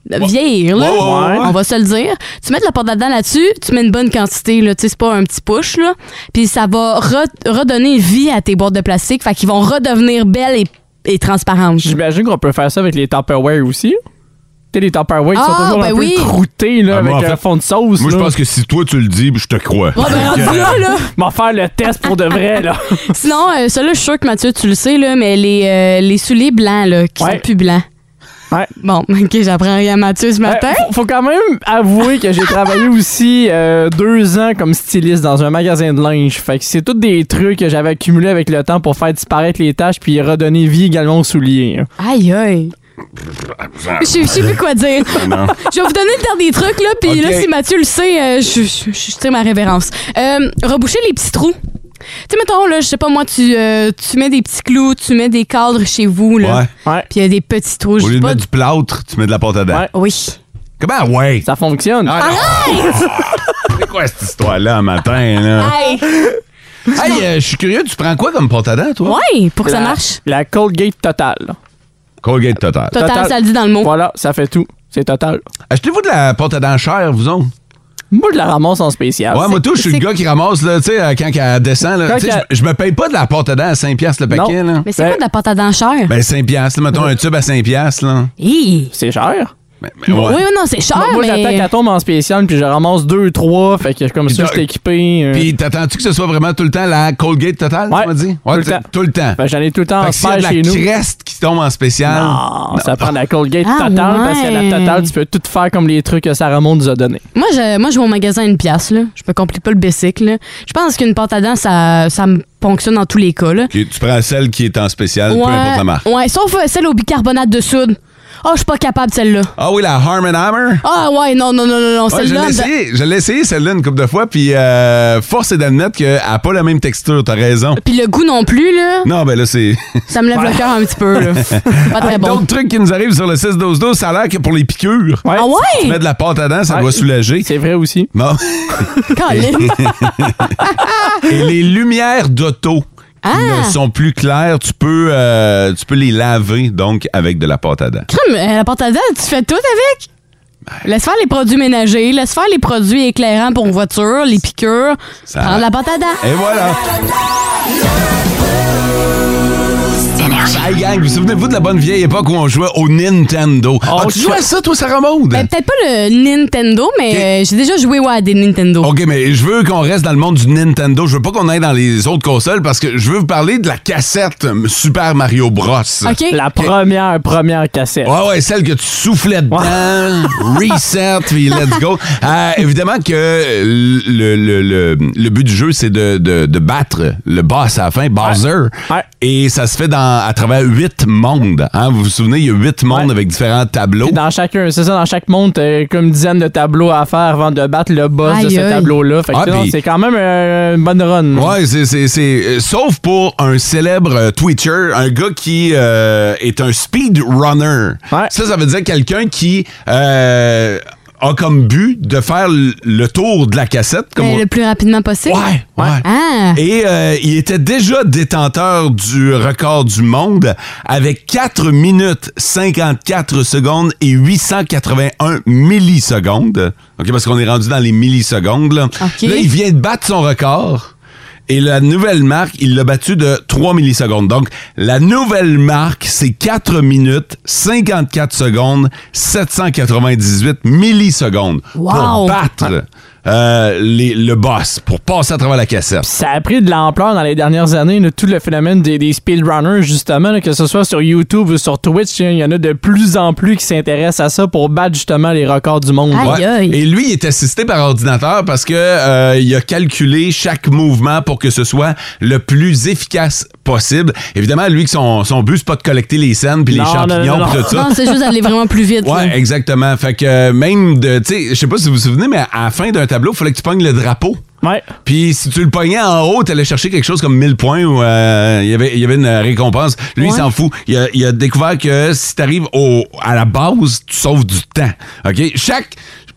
vieillir, là. Ouais, ouais, ouais. On va se le dire. Tu mets de la pâte à dents là-dessus, tu mets une bonne quantité, là. Tu sais, c'est pas un petit push, là. Puis ça va re- redonner vie à tes boîtes de plastique. Fait qu'ils vont redevenir belles et, et transparentes. J'imagine qu'on peut faire ça avec les Tupperware aussi. Tu sais, les Tupperware qui Ah, sont toujours ben un peu oui. croûtés, là, Ah, moi, avec en fait, un fond de sauce. Moi, je là. pense que si toi, tu le dis, je te crois. Ouais, ben, rendu là, là. M'en faire le test pour de vrai, là. Sinon, euh, ça, là, je suis sûre que Mathieu, tu le sais, là, mais les, euh, les souliers blancs, là, qui Ouais. sont plus blancs. Ouais. Bon, OK, j'apprends rien à Mathieu ce matin. Euh, faut, faut quand même avouer que j'ai travaillé aussi euh, deux ans comme styliste dans un magasin de linge. Fait que c'est tous des trucs que j'avais accumulés avec le temps pour faire disparaître les taches puis redonner vie également aux souliers. hein. Aïe, aïe. Je sais- je sais plus quoi dire. Non. Je vais vous donner le dernier truc, là, puis Ok. là, si Mathieu le sait, euh, je, je, je tire ma révérence. Euh, reboucher les petits trous. Tu sais, mettons, là, je sais pas moi, tu, euh, tu mets des petits clous, tu mets des cadres chez vous, là. Ouais. Ouais. Puis il y a des petits trous, je Au sais lieu de pas. mettre du plâtre, tu mets de la pâte à dents. Ouais. Oui. Comment? Ouais. Ça fonctionne. Ah, non. C'est quoi cette histoire-là, un matin, là? Hey! Hey, euh, je suis curieux, tu prends quoi comme pâte à dents, toi? Ouais, pour que ça La- marche. La Colgate Total. Colgate Total. Total, Total. ça le dit dans le mot. Voilà, ça fait tout. C'est total. Achetez-vous de la pâte à dents chère, vous autres? Moi, je la ramasse en spécial. Ouais, moi, tout, je suis le c'est- gars qui ramasse, là, tu sais, euh, quand elle descend, là. Quand Tu sais, qu'elle- je je me paye pas de la pâte à dents à cinq piastres le paquet, là. Mais c'est Ben- quoi de la pâte à dents chère? Ben, cinq piastres, là, mettons un tube à cinq piastres, là. Hi! C'est cher. Ben, ben, ouais. Oui, oui, non, c'est cher, Moi, moi, j'attends mais... qu'elle tombe en spécial puis je ramasse deux, trois. Fait que comme Puis ça, t'as- je suis équipé. euh, Puis, t'attends-tu que ce soit vraiment tout le temps la Colgate Total, Ouais, tu m'as dit? tout le t- temps. Tout le temps. fait que j'en ai tout le temps Fait en que s'il y a spare de la chez nous. creste qui tombe en spécial. Non, ça prend de la Colgate Ah, Total parce qu'à ouais. la Total, tu peux tout faire comme les trucs que Sarah Maud nous a donnés. Moi, je, moi, je vais au magasin à une pièce, là. Je me complique pas le basic, là. Je pense qu'une pâte à dents, ça, ça me fonctionne dans tous les cas, là. Ok, tu prends celle qui est en spécial, peu importe la marque. ouais, sauf euh, celle au bicarbonate de soude. Oh, je suis pas capable, celle-là. Ah oui, la Arm and Hammer? Ah, ouais, non, non, non, non, non, Ouais, je celle-là. l'ai elle me- essayé, je l'ai essayé celle-là une couple de fois, puis euh, force est d'admettre qu'elle n'a pas la même texture, t'as raison. Puis le goût non plus, là, Non, ben là, c'est... ça me lève le cœur un petit peu, là. Pas très bon. D'autres trucs qui nous arrivent sur le six douze douze, ça a l'air que pour les piqûres, Ouais. Ah tu ouais? mets de la pâte à dents, ça Ouais. doit soulager. C'est vrai aussi. Bon. Colin. Et les lumières d'auto qui Ah! ne sont plus claires, tu peux, euh, tu peux les laver, donc, avec de la pâte à dents. Crème, euh, la pâte à dents, tu fais tout avec? Laisse faire les produits ménagers, laisse faire les produits éclairants pour voiture, les piqûres. Ça- Prends de la pâte à dents. Et voilà. Hey gang, vous souvenez-vous de la bonne vieille époque où on jouait au Nintendo? Oh, Ah, tu tu- jouais à ça, toi, Sarah Maud? Ben, peut-être pas le Nintendo, mais Ok. euh, j'ai déjà joué ouais, à des Nintendo. OK, mais je veux qu'on reste dans le monde du Nintendo. Je veux pas qu'on aille dans les autres consoles parce que je veux vous parler de la cassette euh, Super Mario Bros. OK? La première, première cassette. Ouais, ouais, celle que tu soufflais dedans, reset, puis let's go. Euh, évidemment que le, le, le, le but du jeu, c'est de, de, de battre le boss à la fin, Bowser. Ouais. Et ça se fait dans, à travers huit mondes. Hein? Vous vous souvenez, il y a huit mondes Ouais. avec différents tableaux. Puis dans chacun, c'est ça, dans chaque monde, t'as comme une dizaine de tableaux à faire avant de battre le boss de Aïe, ce aïe. tableau-là. Fait que Ah, non, puis- c'est quand même euh, une bonne run. Ouais, c'est, c'est, c'est, euh, sauf pour un célèbre euh, Twitcher, un gars qui euh, est un speedrunner. Ouais. Ça, ça veut dire quelqu'un qui euh, a comme but de faire l- le tour de la cassette. Comme Mais on- le plus rapidement possible. Ouais, ouais. Ah! Et euh, il était déjà détenteur du record du monde avec quatre minutes cinquante-quatre secondes et huit cent quatre-vingt-un millisecondes. OK, parce qu'on est rendu dans les millisecondes. Là, OK. Là, il vient de battre son record. Et la nouvelle marque, il l'a battu de trois millisecondes. Donc, la nouvelle marque, c'est quatre minutes, cinquante-quatre secondes, sept cent quatre-vingt-dix-huit millisecondes Wow. pour battre euh, les- le boss, pour passer à travers la cassette. Ça a pris de l'ampleur dans les dernières années, là, tout le phénomène des, des speedrunners, justement, là, que ce soit sur YouTube ou sur Twitch, il y en a de plus en plus qui s'intéressent à ça pour battre justement les records du monde. Aïe, Ouais. aïe. Et lui, il est assisté par ordinateur parce que euh, il a calculé chaque mouvement pour que ce soit le plus efficace possible. Évidemment, lui, que son, son but, c'est pas de collecter les scènes puis les Non, non, champignons non, non. puis tout ça. Non, c'est juste d'aller vraiment plus vite. Ouais, là. exactement. Fait que euh, même de, tu sais, je sais pas si vous vous souvenez, mais à la fin d'un tableau, il fallait que tu pognes le drapeau. Ouais. Puis si tu le pognais en haut, t'allais chercher quelque chose comme mille points ou euh, il y avait il y avait une récompense. Lui, il Ouais. s'en fout. Il a, il a découvert que si t'arrives au à la base, tu sauves du temps. OK? Chaque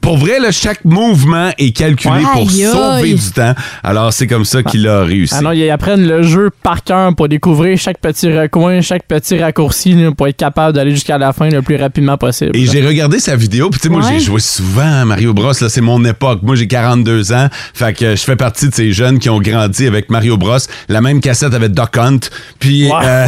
pour vrai, là, chaque mouvement est calculé Ouais. pour Aïe, sauver aïe. du temps. Alors, c'est comme ça qu'il a réussi. Ah non, ils apprennent le jeu par cœur pour découvrir chaque petit recoin, chaque petit raccourci là, pour être capable d'aller jusqu'à la fin le plus rapidement possible. Et j'ai regardé sa vidéo, puis tu sais, moi, Ouais. j'ai joué souvent à Mario Bros, là, c'est mon époque. Moi, j'ai quarante-deux ans, fait que je fais partie de ces jeunes qui ont grandi avec Mario Bros. La même cassette avec Duck Hunt, puis Ouais. euh,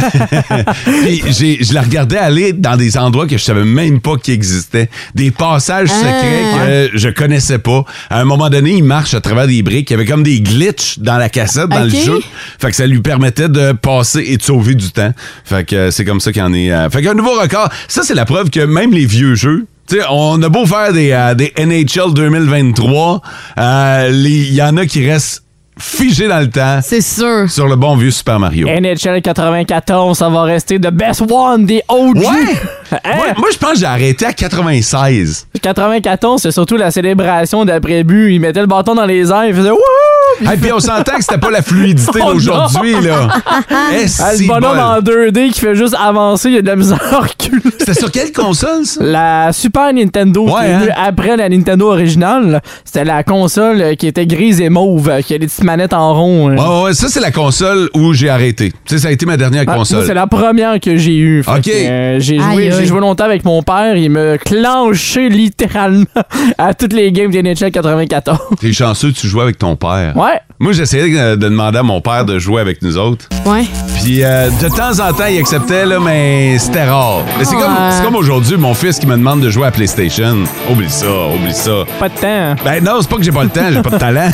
puis j'ai- je la regardais aller dans des endroits que je savais même pas qu'ils existaient. Des passages Ah. secrets que je connaissais pas. À un moment donné, il marche à travers des briques. Il y avait comme des glitches dans la cassette, dans Ok. le jeu. Fait que ça lui permettait de passer et de sauver du temps. Fait que euh, c'est comme ça qu'il en est. euh, Fait qu'un nouveau record. Ça, c'est la preuve que même les vieux jeux, tu sais, on a beau faire des, euh, des N H L deux mille vingt-trois, euh, les- il y en a qui restent figés dans le temps C'est sûr. sur le bon vieux Super Mario. N H L quatre-vingt-quatorze, ça va rester the best one, des O G. Ouais! Hein? Moi, moi, je pense que j'ai arrêté à quatre-vingt-seize. quatre-vingt-quatorze, c'est surtout la célébration d'après-but. Ils mettaient le bâton dans les airs, ils faisaient wouhou! Et puis on s'entend que c'était pas la fluidité Oh d'aujourd'hui, là. Eh, Ah, si le bonhomme bol. en deux D qui fait juste avancer, il y a de la misère à reculer. C'était sur quelle console, ça? La Super Nintendo, qui Ouais, est hein? venue après la Nintendo originale, c'était la console euh, qui était grise et mauve, euh, qui a des petites manettes en rond. euh. Ouais, ouais, ouais, ça, c'est la console où j'ai arrêté. Tu sais, ça a été ma dernière Ah, console. moi, c'est la première que j'ai eue. Fait Ok. que, euh, j'ai Aïe, joué, aïe. j'ai joué longtemps avec mon père. Il me clenché littéralement à toutes les games d'N H L quatre-vingt-quatorze. T'es chanceux, tu jouais avec ton père. Ouais. Moi, j'essayais de, de demander à mon père de jouer avec nous autres. Ouais. Puis euh, de temps en temps, il acceptait, là, mais c'était rare. Mais c'est comme, Ouais. c'est comme aujourd'hui, mon fils qui me demande de jouer à PlayStation. Oublie ça, oublie ça. Pas de temps. Ben non, c'est pas que j'ai pas le temps, j'ai pas de talent.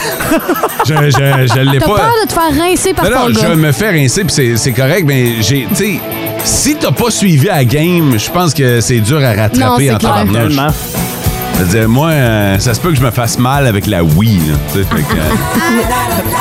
je je, je l'ai T'as pas. peur de te faire rincer par Non, ton non, je gars. me fais rincer, puis c'est, c'est correct, mais j'ai, tu sais, si t'as pas suivi la game, je pense que c'est dur à rattraper Non, c'est en clair. tabarnouche. Tellement. Je veux dire, moi, euh, ça se peut que je me fasse mal avec la Wii, là, tu sais, fait que, euh,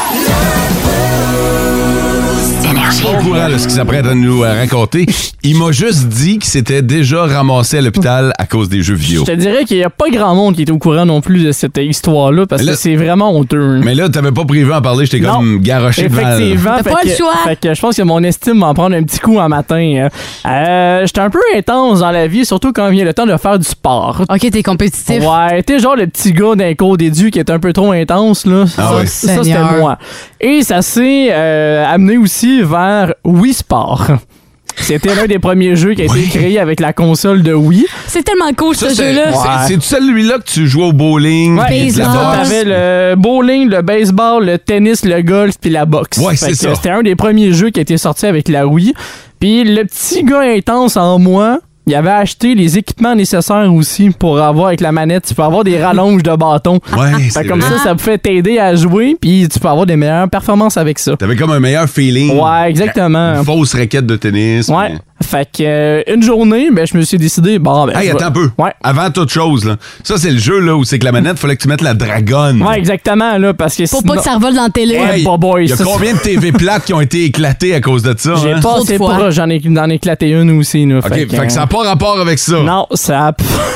Énergie. pas au courant de ce qu'il s'apprête à nous euh, raconter. Il m'a juste dit qu'il s'était déjà ramassé à l'hôpital à cause des jeux vidéo. Je te dirais qu'il n'y a pas grand monde qui est au courant non plus de cette histoire-là parce Mais là- que c'est vraiment honteux. Mais là, t'avais pas prévu en parler, j'étais Non. comme garoché de mal. Effectivement. T'as fait pas que- le choix. Fait que je pense que mon estime va en prendre un petit coup en matin. Euh, J'étais un peu intense dans la vie, surtout quand vient le temps de faire du sport. Ok, t'es compétitif. Ouais, t'es genre le petit gars d'un cours d'édu qui est un peu trop intense, là. Ah ça, ouais. ça, c'était Seigneur. moi. Et ça s'est euh, amené aussi vers Wii Sport. C'était l'un des premiers jeux qui a Oui. été créé avec la console de Wii. C'est tellement cool, Ça, ce c'est, jeu-là. c'est, c'est celui-là que tu jouais au bowling, Ouais, puis de la baseball. boxe. T'avais le bowling, le baseball, le tennis, le golf puis la boxe. Ouais, Fait c'est que ça. C'était un des premiers jeux qui a été sorti avec la Wii. Puis le petit gars intense en moi, il avait acheté les équipements nécessaires aussi pour avoir avec la manette. Tu peux avoir des rallonges de bâton. Ouais, Fait c'est comme vrai. ça, ça pouvait t'aider à jouer, puis tu peux avoir des meilleures performances avec ça. T'avais comme un meilleur feeling. Ouais, exactement. Une fausse raquette de tennis. Ouais. mais- Fait que euh, une journée, ben je me suis décidé, bon ben. Hey, je vais- attends un peu. Ouais. Avant toute chose, là. Ça, c'est le jeu, là, où c'est que la manette, fallait que tu mettes la dragonne. Ouais, exactement, là, parce que Pour sinon- pas que ça revole dans la télé. Ouais. Hey, bah, boy, il y a ça, combien de T V plates qui ont été éclatées à cause de ça? J'ai hein? pas Trop assez de fois. proche, j'en ai d'en éclater une aussi. Là, OK, fait que, ça n'a pas rapport avec ça. Non, ça.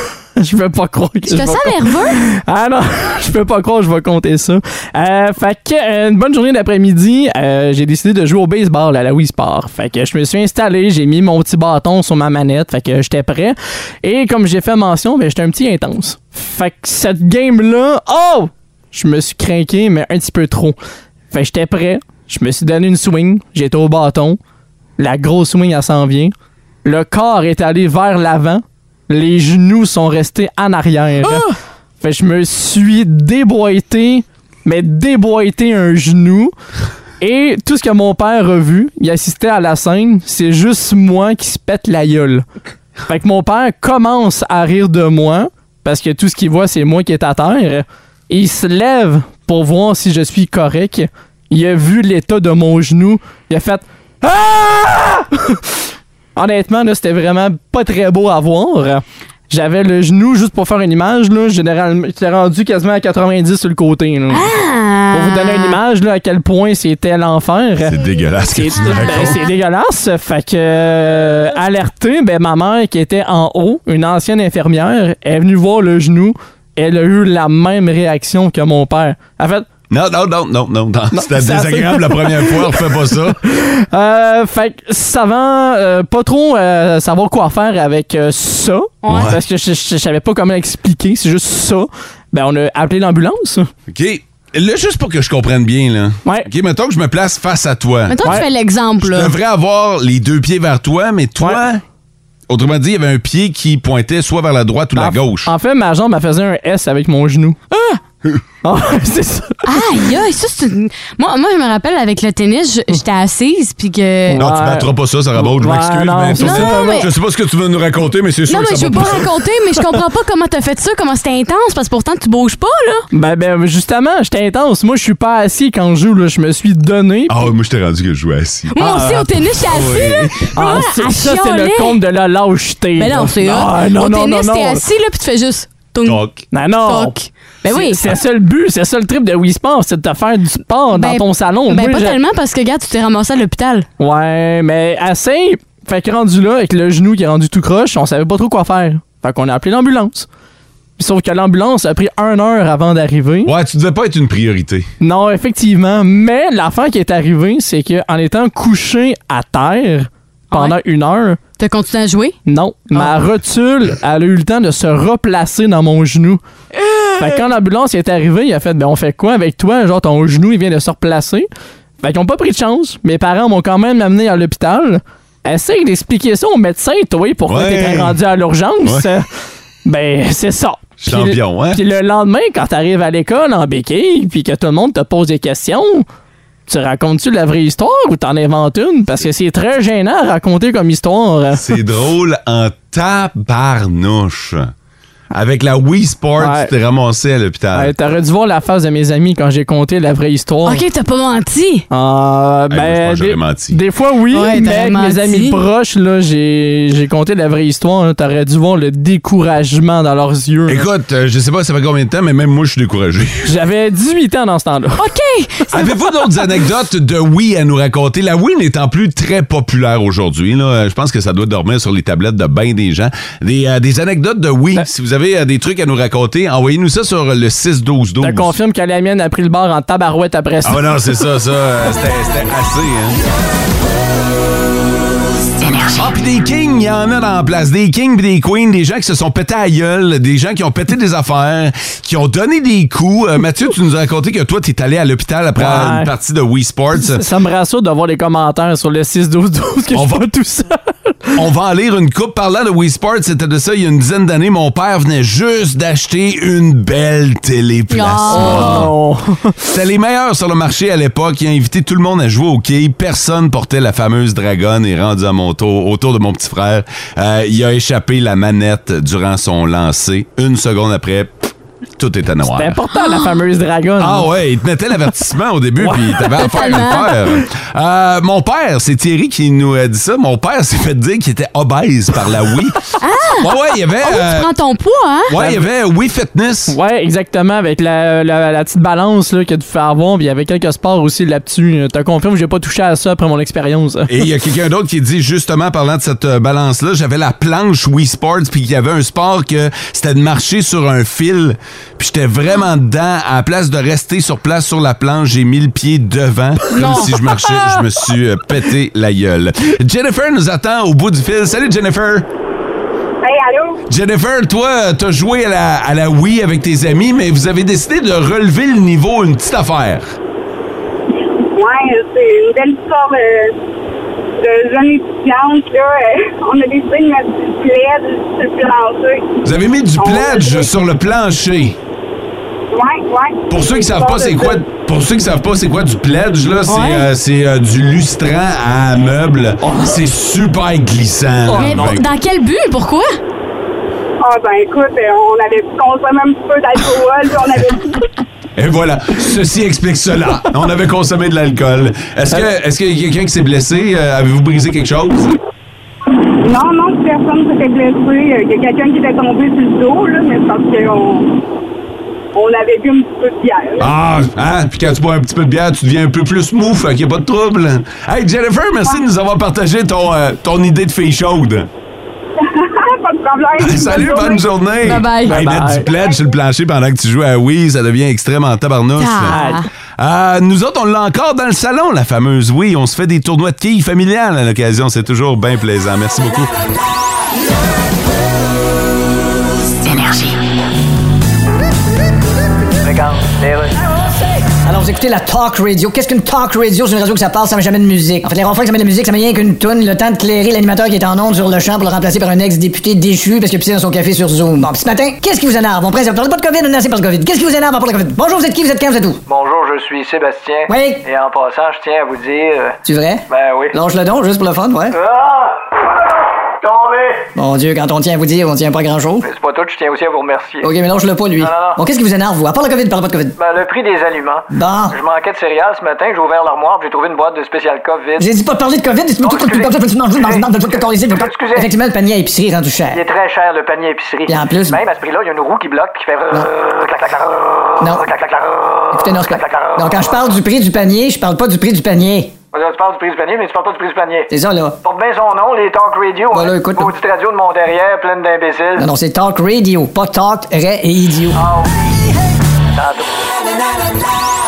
Je peux pas croire que Je te vais sens con- nerveux. Ah non, je peux pas croire que je vais compter ça. Euh, fait que, euh, une bonne journée d'après-midi, euh, j'ai décidé de jouer au baseball à la Wii Sport. Fait que je me suis installé, j'ai mis mon petit bâton sur ma manette, fait que j'étais prêt. Et comme j'ai fait mention, ben j'étais un petit intense. Fait que cette game-là, oh! Je me suis craqué, mais un petit peu trop. Fait que j'étais prêt, je me suis donné une swing, j'étais au bâton. La grosse swing, elle s'en vient. Le corps est allé vers l'avant. Les genoux sont restés en arrière. Fait que je me suis déboîté, mais déboîté un genou. Et tout ce que mon père a vu, il assistait à la scène, c'est juste moi qui se pète la gueule. Fait que mon père commence à rire de moi, parce que tout ce qu'il voit, c'est moi qui est à terre. Et il se lève pour voir si je suis correct. Il a vu l'état de mon genou. Il a fait « Ah! » Honnêtement, là, c'était vraiment pas très beau à voir. J'avais le genou, juste pour faire une image, là, généralement, j'étais rendu quasiment à quatre-vingt-dix sur le côté. Là. Ah. Pour vous donner une image, là, à quel point c'était l'enfer. C'est dégueulasse ce que C'est tu me ben, racontes. c'est dégueulasse. Fait que, euh, alerté, ben, ma mère qui était en haut, une ancienne infirmière, est venue voir le genou. Elle a eu la même réaction que mon père. Elle a fait Non, non, non, non, non. non. Non, C'était c'est désagréable assez. la première fois, refais pas ça. Euh, fait que savant euh, pas trop euh, savoir quoi faire avec euh, ça, Ouais. parce que je, je, je savais pas comment l'expliquer, c'est juste ça, ben on a appelé l'ambulance. OK. Là, juste pour que je comprenne bien, là. Ouais. OK, mettons que je me place face à toi. Mettons que Ouais. tu fais l'exemple, Je là. devrais avoir les deux pieds vers toi, mais toi, Ouais. autrement dit, il y avait un pied qui pointait soit vers la droite ou la En- gauche. En fait, ma jambe, elle faisait un S avec mon genou. Ah! c'est ça. Aïe, aïe, ça, c'est une... Moi, moi, je me rappelle, avec le tennis, je- j'étais assise, puis que... Non, tu Ouais. battras pas ça, Sarah Baud, je Ouais, m'excuse. non, mais c'est ça, ça, c'est- mais- Je sais pas ce que tu veux nous raconter, mais c'est sûr Non, que mais ça je va veux pas pas. raconter, mais je comprends pas comment t'as fait ça, comment c'était intense, parce que pourtant, tu bouges pas, là. Ben, ben, justement, j'étais intense. Moi, je suis pas assis quand je joue, là. Je me suis donné. Ah, ouais, moi, je t'ai rendu que je jouais assis. Moi aussi, au tennis, j'étais assis, là. Ah, Ouais, ça, elle ça, c'est le chialait. compte de la lâcheté. Mais non, là. c'est Ah, hot. non, Au non, tennis, non, t'es non. assis, là, puis tu fais juste... toum, Toc. Non, non. toc. Ben C'est- oui. C'est ça le but, c'est ça le trip de Wii Sport, c'est de te faire du sport dans Ben, ton salon. Ben, Moi, pas j'ai- tellement, parce que, regarde, tu t'es ramassé à l'hôpital. Ouais, mais assez. Fait que rendu là, avec le genou qui est rendu tout croche, on savait pas trop quoi faire. Fait qu'on a appelé l'ambulance. Puis sauf que l'ambulance a pris une heure avant d'arriver. Ouais, tu devais pas être une priorité. Non, effectivement. Mais l'affaire qui est arrivée, c'est qu'en étant couché à terre pendant Ouais. une heure, T'as continué à jouer? non, ma rotule, elle a eu le temps de se replacer dans mon genou. Fait que quand l'ambulance est arrivée, il a fait, ben on fait quoi avec toi? Genre, ton genou, il vient de se replacer. Fait qu'ils ont pas pris de chance. Mes parents m'ont quand même amené à l'hôpital. Essaye d'expliquer ça au médecin, toi, pourquoi Ouais. t'es rendu à l'urgence. Ouais. Ben, c'est ça. Puis Champion, le- hein? Puis le lendemain, quand t'arrives à l'école en béquille, puis que tout le monde te pose des questions, tu racontes-tu la vraie histoire ou t'en inventes une? Parce que c'est très gênant à raconter comme histoire. C'est drôle en tabarnouche. Avec la Wii Sport, Ouais. tu t'es ramassé à l'hôpital. Ouais, t'aurais dû voir la face de mes amis quand j'ai conté la vraie histoire. OK, t'as pas menti. Ah, Hey, moi, je ben, pense que j'aurais des, menti. des fois, oui, Ouais, mais t'aurais avec mes menti. amis proches, là, j'ai, j'ai conté la vraie histoire. Là. T'aurais dû voir le découragement dans leurs yeux. là. Écoute, euh, je sais pas ça fait combien de temps, mais même moi, je suis découragé. J'avais dix-huit ans dans ce temps-là. OK. Avez-vous d'autres anecdotes de Wii à nous raconter? La Wii n'étant plus très populaire aujourd'hui. Là, Euh, je pense que ça doit dormir sur les tablettes de bien des gens. Des, euh, des anecdotes de Wii. Ben- Si vous avez euh, des trucs à nous raconter, envoyez-nous ça sur le six douze douze. Je te confirme que la mienne a pris le bar en tabarouette après ça. Ah ouais, non, c'est ça, ça. euh, C'était c'était assez, hein. Énergie. Ah, puis des kings, il y en a dans la place. Des kings pis des queens, des gens qui se sont pétés à la gueule, des gens qui ont pété des affaires, qui ont donné des coups. Euh, Mathieu, tu nous as raconté que toi, t'es allé à l'hôpital après Ouais. une partie de Wii Sports. Ça, ça me rassure de voir les commentaires sur le six douze douze que On je va- vois tout ça. On va en lire une coupe. Parlant de Wii Sports, c'était de ça il y a une dizaine d'années. Mon père venait juste d'acheter une belle télé plasma. Oh. C'était les meilleurs sur le marché à l'époque. Il a invité tout le monde à jouer au quai. Personne portait la fameuse Dragon et rendu à mon tour, autour de mon petit frère. Euh, il a échappé la manette durant son lancer. Une seconde après, pff, tout était noir. C'est important, la fameuse dragonne. Ah ouais, il te mettait l'avertissement au début, Ouais. puis t'avais affaire à le faire. Euh, mon père, c'est Thierry qui nous a dit ça. Mon père s'est fait dire qu'il était obèse par la Wii. Ah! Ouais, ouais, il y avait... Oh, euh, tu prends ton poids, hein? ouais, il y avait Wii Fitness. Ouais, exactement, avec la, la, la petite balance là, que tu fais avoir, puis il y avait quelques sports aussi là-dessus. Te confirme, j'ai pas touché à ça après mon expérience. Et il y a quelqu'un d'autre qui dit, justement, parlant de cette euh, balance-là, j'avais la planche Wii Sports, puis il y avait un sport que c'était de marcher sur un fil, puis j'étais vraiment dedans. À la place de rester sur place sur la planche, j'ai mis le pied devant, comme si je marchais. Je me suis euh, pété la gueule. Jennifer nous attend au bout du fil. Salut, Jennifer! Hey, allô? Jennifer, toi, t'as joué à la, à la Wii avec tes amis, mais vous avez décidé de relever le niveau, une petite affaire. Ouais, c'est une belle histoire euh, de jeune étudiante, là. Euh, on a décidé de mettre du plaid sur le plancher. Vous avez mis du On a pledge décidé- sur le plancher. Ouais, ouais. Pour ceux qui savent pas c'est quoi, pour ceux qui savent pas c'est quoi du pledge là, c'est Ouais. euh, c'est euh, du lustrant à meubles. C'est super glissant. là. Mais Ben, dans quel but? Pourquoi? Ah, ben écoute, euh, on avait consommé un petit peu d'alcool, puis on avait... Et voilà, ceci explique cela. On avait consommé de l'alcool. Est-ce que est-ce qu'il y a quelqu'un qui s'est blessé? Euh, avez-vous brisé quelque chose? Non, non, personne s'était blessé. Euh, Il y a quelqu'un qui était tombé sur le dos, là, mais c'est parce qu'on on avait bu un petit peu de bière. là. Ah, hein? Puis quand tu bois un petit peu de bière, tu deviens un peu plus mou, fait qu'il n'y a pas de trouble. Hey Jennifer, merci de nous avoir partagé ton, euh, ton idée de fille chaude. Pas de problème. Salut, bonne journée. Bye bye. Hey, Bye mettre bye. du plaid sur le plancher pendant que tu joues à Wii, ça devient extrêmement tabarnouche. Ah. Euh, nous autres, on l'a encore dans le salon, la fameuse Wii. On se fait des tournois de quilles familiales à l'occasion. C'est toujours bien plaisant. Merci beaucoup. Énergie. Regarde, les Russes. Alors, vous écoutez la talk radio. Qu'est-ce qu'une talk radio? C'est une radio que ça parle, ça met jamais de musique. En fait, les refrains que ça met de la musique, ça met rien qu'une toune, le temps de clairer l'animateur qui est en onde sur le champ pour le remplacer par un ex-député déchu parce qu'il a pissé dans son café sur Zoom. Bon, pis ce matin, qu'est-ce qui vous énerve? On presse, on parle pas de COVID, on est assez par le COVID. Qu'est-ce qui vous énerve à part le COVID? Bonjour, vous êtes qui? Vous êtes quand? Vous êtes où? Bonjour, je suis Sébastien. Oui. Et en passant, je tiens à vous dire... euh, Tu vrai? Ben oui. Lâche le don, juste pour le fun, ouais. Ah! Tombé! Mon Dieu, quand on tient à vous dire, on tient pas grand-chose. Mais c'est pas tout, je tiens aussi à vous remercier. Ok, mais lâche-le pas, lui. Non, non, non. Bon, qu'est-ce qui vous énerve, vous? À part le COVID, parle pas de COVID. Ben, le prix des aliments. Bon. Je manquais de céréales ce matin, j'ai ouvert l'armoire, puis j'ai trouvé une boîte de spécial COVID. J'ai dit pas de parler de COVID, tu me Oh, tout comme ça, tu manges dans le corps ici. Excusez. Effectivement, le panier à épicerie est rendu cher. Il est très cher, le panier épicerie. Et en plus- Même à ce prix-là, il y a une roue qui bloque, puis qui fait... Non. Clac, clac, clac, Non. clac, clac, clac, Écoutez, non, c'est clac, pas... clac, clac. Donc, quand je parle du prix du panier, je parle pas du prix du panier. Tu parles du prix du panier, mais tu parles pas du prix du panier. C'est ça, là. Porte bien son nom, les talk radio. Ben là, écoute, là. Maudite radio de mon derrière, pleine d'imbéciles. Non, non, c'est talk radio, pas talk, ray et idiot. Ah oui. Tantôt.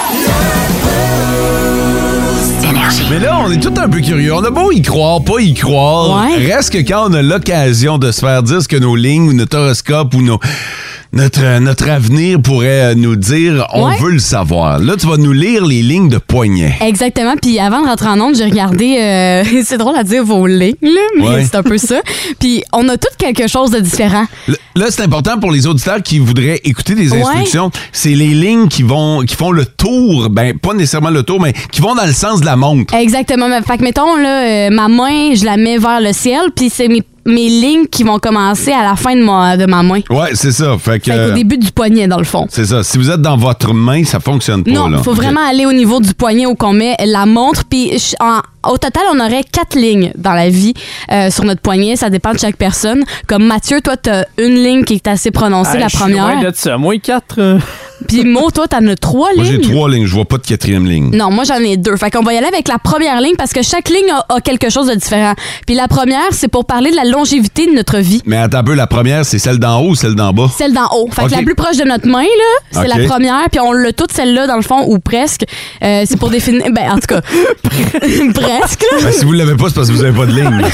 Énergie. Mais là, on est tout un peu curieux. On a beau y croire, pas y croire. Ouais. Reste que quand on a l'occasion de se faire dire ce que nos lignes ou notre horoscope ou nos... Notre, notre avenir pourrait nous dire, on Ouais. veut le savoir. Là, tu vas nous lire les lignes de poignet. Exactement. Puis avant de rentrer en onde, j'ai regardé, euh, c'est drôle à dire vos lignes, là, mais Ouais. c'est un peu ça. Puis on a toutes quelque chose de différent. L- Là, c'est important pour les auditeurs qui voudraient écouter des Ouais. instructions. C'est les lignes qui vont qui font le tour, ben pas nécessairement le tour, mais qui vont dans le sens de la montre. Exactement. Fait que mettons, là, euh, ma main, je la mets vers le ciel, puis c'est mes, mes lignes qui vont commencer à la fin de ma, de ma main. Ouais, c'est ça. Fait que Fait qu'au début du poignet, dans le fond. c'est ça. Si vous êtes dans votre main, ça fonctionne pas. Non, là. il faut Ok. vraiment aller au niveau du poignet où qu'on met la montre. Puis je- en- au total, on aurait quatre lignes dans la vie euh, sur notre poignet. Ça dépend de chaque personne. Comme Mathieu, toi, t'as une ligne qui est assez prononcée, Ah, la je suis loin première. de ça. Moi, quatre. euh, Puis Mo, toi, t'en as trois Moi, lignes. j'ai trois lignes. Je vois pas de quatrième ligne. Non, moi j'en ai deux. Fait qu'on va y aller avec la première ligne parce que chaque ligne a, a quelque chose de différent. Puis la première, c'est pour parler de la longévité de notre vie. Mais attends un peu, la première, c'est celle d'en haut ou celle d'en bas? Celle d'en haut. Fait Ok. que la plus proche de notre main, là, c'est Ok. la première. Puis on l'a toute celle-là, dans le fond, ou presque. Euh, c'est pour définir. Ben, en tout cas, presque, là. Ben, si vous l'avez pas, c'est parce que vous avez pas de ligne.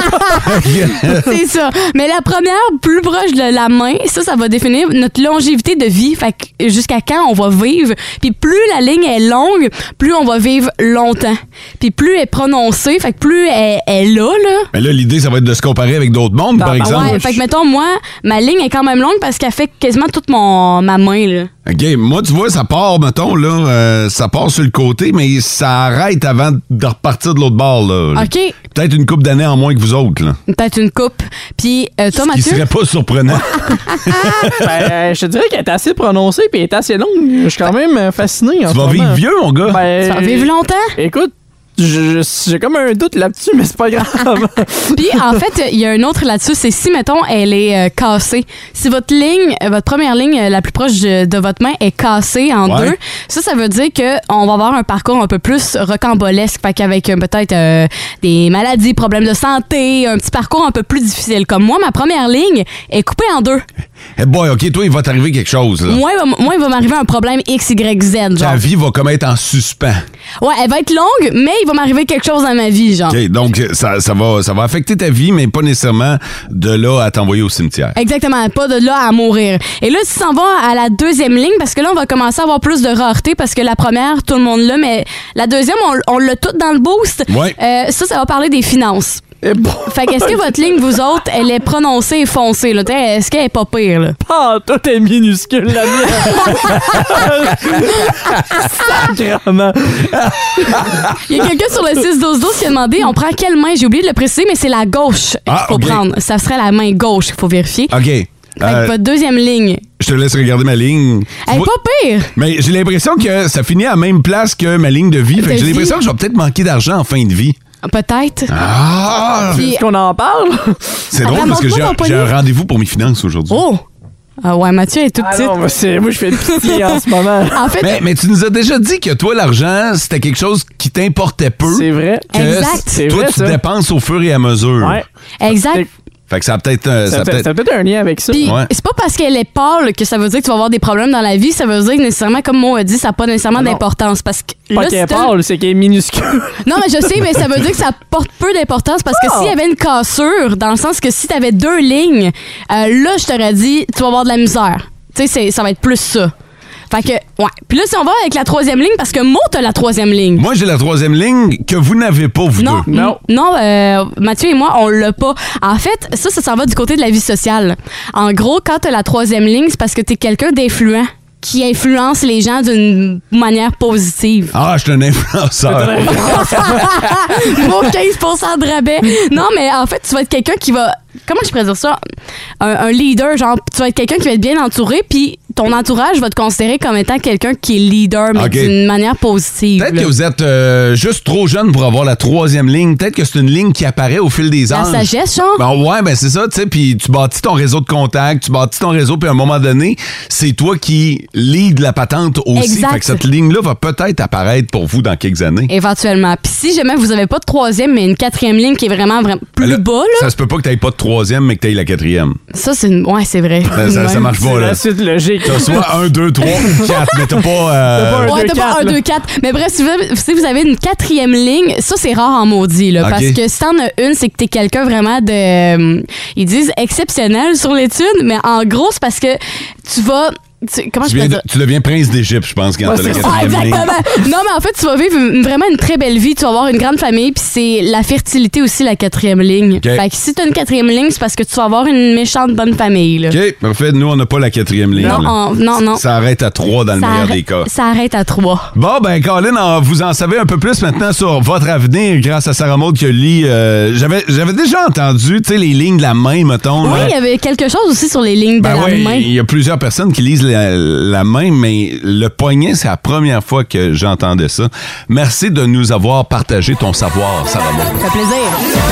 C'est ça. Mais la première, plus proche de la main, ça, ça va définir notre longévité de vie. Fait que jusqu'à quand on va vivre. Puis plus la ligne est longue, plus on va vivre longtemps. Puis plus elle est prononcée, fait que plus elle elle est là, là. Mais là, l'idée, ça va être de se comparer avec d'autres mondes, par Ah, exemple. Ouais, fait que mettons, moi, ma ligne est quand même longue parce qu'elle fait quasiment toute mon, ma main, là. OK, moi, tu vois, ça part, mettons, là, euh, ça part sur le côté, mais ça arrête avant de repartir de l'autre bord, là. OK. Peut-être une couple d'années en moins que vous autres, là. Peut-être une coupe. Puis, euh, toi, Ce qui Mathieu? serait pas surprenant. ben, je te dirais qu'elle est assez prononcée puis elle est assez longue. Je suis quand même euh, fasciné. en Tu ce vas vivre moment. vieux, mon gars. Ben, Ça va vivre longtemps? Écoute, je- je- j'ai comme un doute là-dessus, mais c'est pas grave. Puis, en fait, il y a un autre là-dessus, c'est si, mettons, elle est euh, cassée. Si votre ligne, euh, votre première ligne euh, la plus proche de, de votre main est cassée en Ouais. deux, ça, ça veut dire qu'on va avoir un parcours un peu plus rocambolesque, fait qu'avec euh, peut-être euh, des maladies, problèmes de santé, un petit parcours un peu plus difficile. Comme moi, ma première ligne est coupée en deux. Eh boy, OK, toi, il va t'arriver quelque chose, là. Moi, il va- moi, il va m'arriver un problème X, Y, Z, genre. Ta vie va comme être en suspens. Ouais, elle va être longue, mais il va m'arriver quelque chose dans ma vie, genre. OK, donc ça, ça, va, ça va affecter ta vie, mais pas nécessairement de là à t'envoyer au cimetière. Exactement, pas de là à mourir. Et là, si on va à la deuxième ligne, parce que là, on va commencer à avoir plus de rareté, parce que la première, tout le monde l'a, mais la deuxième, on, on l'a toute dans le boost. Ouais. Euh, ça, ça va parler des finances. Et bon, Fait qu'est-ce que votre ligne, vous autres, elle est prononcée et foncée, là? T'sais, est-ce qu'elle est pas pire, là? pas tout est minuscule, la mienne. Sacrement. Il y a quelqu'un sur le six douze douze qui a demandé, on prend quelle main? J'ai oublié de le préciser, mais c'est la gauche qu'il Ah, faut ok. prendre. Ça serait la main gauche qu'il faut vérifier. OK. Fait que euh, votre deuxième ligne, je te laisse regarder ma ligne. Tu elle est vois- pas pire. Mais j'ai l'impression que ça finit à la même place que ma ligne de vie. Fait Ta que j'ai vie? l'impression que je vais peut-être manquer d'argent en fin de vie. Peut-être. Ah! Puis- Est-ce qu'on en parle? C'est Ah, drôle parce que remonte-moi j'ai ton un- poignet. j'ai un rendez-vous pour mes finances aujourd'hui. Oh! Ah ouais, Mathieu est tout Ah petit. non, moi, c'est- moi, je fais pitié en ce moment. En fait, Mais, mais tu nous as déjà dit que toi, l'argent, c'était quelque chose qui t'importait peu. C'est vrai. Que Exact. c- C'est toi, vrai, tu ça. dépenses au fur et à mesure. Ouais. exact. Fait que ça a peut-être... Euh, Ça, ça a peut- peut-être... ça a peut-être un lien avec ça. Puis, Ouais. c'est pas parce qu'elle est pâle que ça veut dire que tu vas avoir des problèmes dans la vie. Ça veut dire que nécessairement, comme moi a dit, ça n'a pas nécessairement Ah non. d'importance. Parce que Pas là, qu'elle est si t'as- pâle, c'est qu'elle est minuscule. Non, mais je sais, mais ça veut dire que ça porte peu d'importance parce que Oh! s'il y avait une cassure, dans le sens que si t'avais deux lignes, euh, là, je t'aurais dit, tu vas avoir de la misère. Tu sais, c'est- ça va être plus ça. Fait que, ouais. Puis là, si on va avec la troisième ligne, parce que Mo, t'as la troisième ligne. Moi, j'ai la troisième ligne que vous n'avez pas, vous Non, deux. Non. non euh, Mathieu et moi, on l'a pas. En fait, ça, ça s'en va du côté de la vie sociale. En gros, quand t'as la troisième ligne, c'est parce que t'es quelqu'un d'influent qui influence les gens d'une manière positive. Ah, je suis un influenceur. Bon, quinze pour cent de rabais. Non, mais en fait, tu vas être quelqu'un qui va... Comment je pourrais dire ça? Un, un leader, genre, tu vas être quelqu'un qui va être bien entouré, puis ton entourage va te considérer comme étant quelqu'un qui est leader, mais Ok. d'une manière positive. Peut-être là. que vous êtes euh, juste trop jeune pour avoir la troisième ligne. Peut-être que c'est une ligne qui apparaît au fil des La ans. sagesse, genre? Ben ouais, ben c'est ça, tu sais, puis tu bâtis ton réseau de contacts, tu bâtis ton réseau, puis à un moment donné, c'est toi qui lead la patente aussi. Exact. Fait que cette ligne-là va peut-être apparaître pour vous dans quelques années. Éventuellement. Puis si jamais vous avez pas de troisième, mais une quatrième ligne qui est vraiment, vraiment plus Ben là, bas, là, Ça se peut pas que t'aies pas de troisième, mais que t'aies la quatrième. ça, c'est une... Ouais, c'est vrai. Ça, ça, ça Ouais. marche pas, C'est là. la suite logique. T'as soit un, deux, trois, quatre, mais t'as pas... euh, T'as pas un Ouais, deux, t'as pas quatre, un, là. deux, quatre. Mais bref, si vous, avez, si vous avez une quatrième ligne, ça, c'est rare en maudit, là. Ok. Parce que si t'en as une, c'est que t'es quelqu'un vraiment de... euh, ils disent exceptionnel sur l'étude, mais en gros, c'est parce que tu vas... tu- comment tu, je peux viens de- dire? tu deviens prince d'Égypte, je pense, quand Ouais, t'as la c'est ça. Ah, quatrième ligne. exactement. Non, mais en fait, tu vas vivre une- vraiment une très belle vie. Tu vas avoir une grande famille, puis c'est la fertilité aussi, la quatrième ligne. Ok. Fait que si t'as une quatrième ligne, c'est parce que tu vas avoir une méchante bonne famille, là. OK, parfait. Nous, on n'a pas la quatrième ligne. Non, là. on- non, non. Ça arrête à trois dans le Ça meilleur arrête- des cas. Ça arrête à trois. Bon, ben, Colin, en- vous en savez un peu plus maintenant sur votre avenir grâce à Sarah Maud qui lit. euh, j'avais, j'avais déjà entendu, tu sais, les lignes de la main, mettons. Oui, là. il y avait quelque chose aussi sur les lignes de Ben la oui, main. il y a plusieurs personnes qui lisent la, la main, mais le poignet, c'est la première fois que j'entendais ça. Merci de nous avoir partagé ton savoir, Sarah Maud. Ça fait plaisir.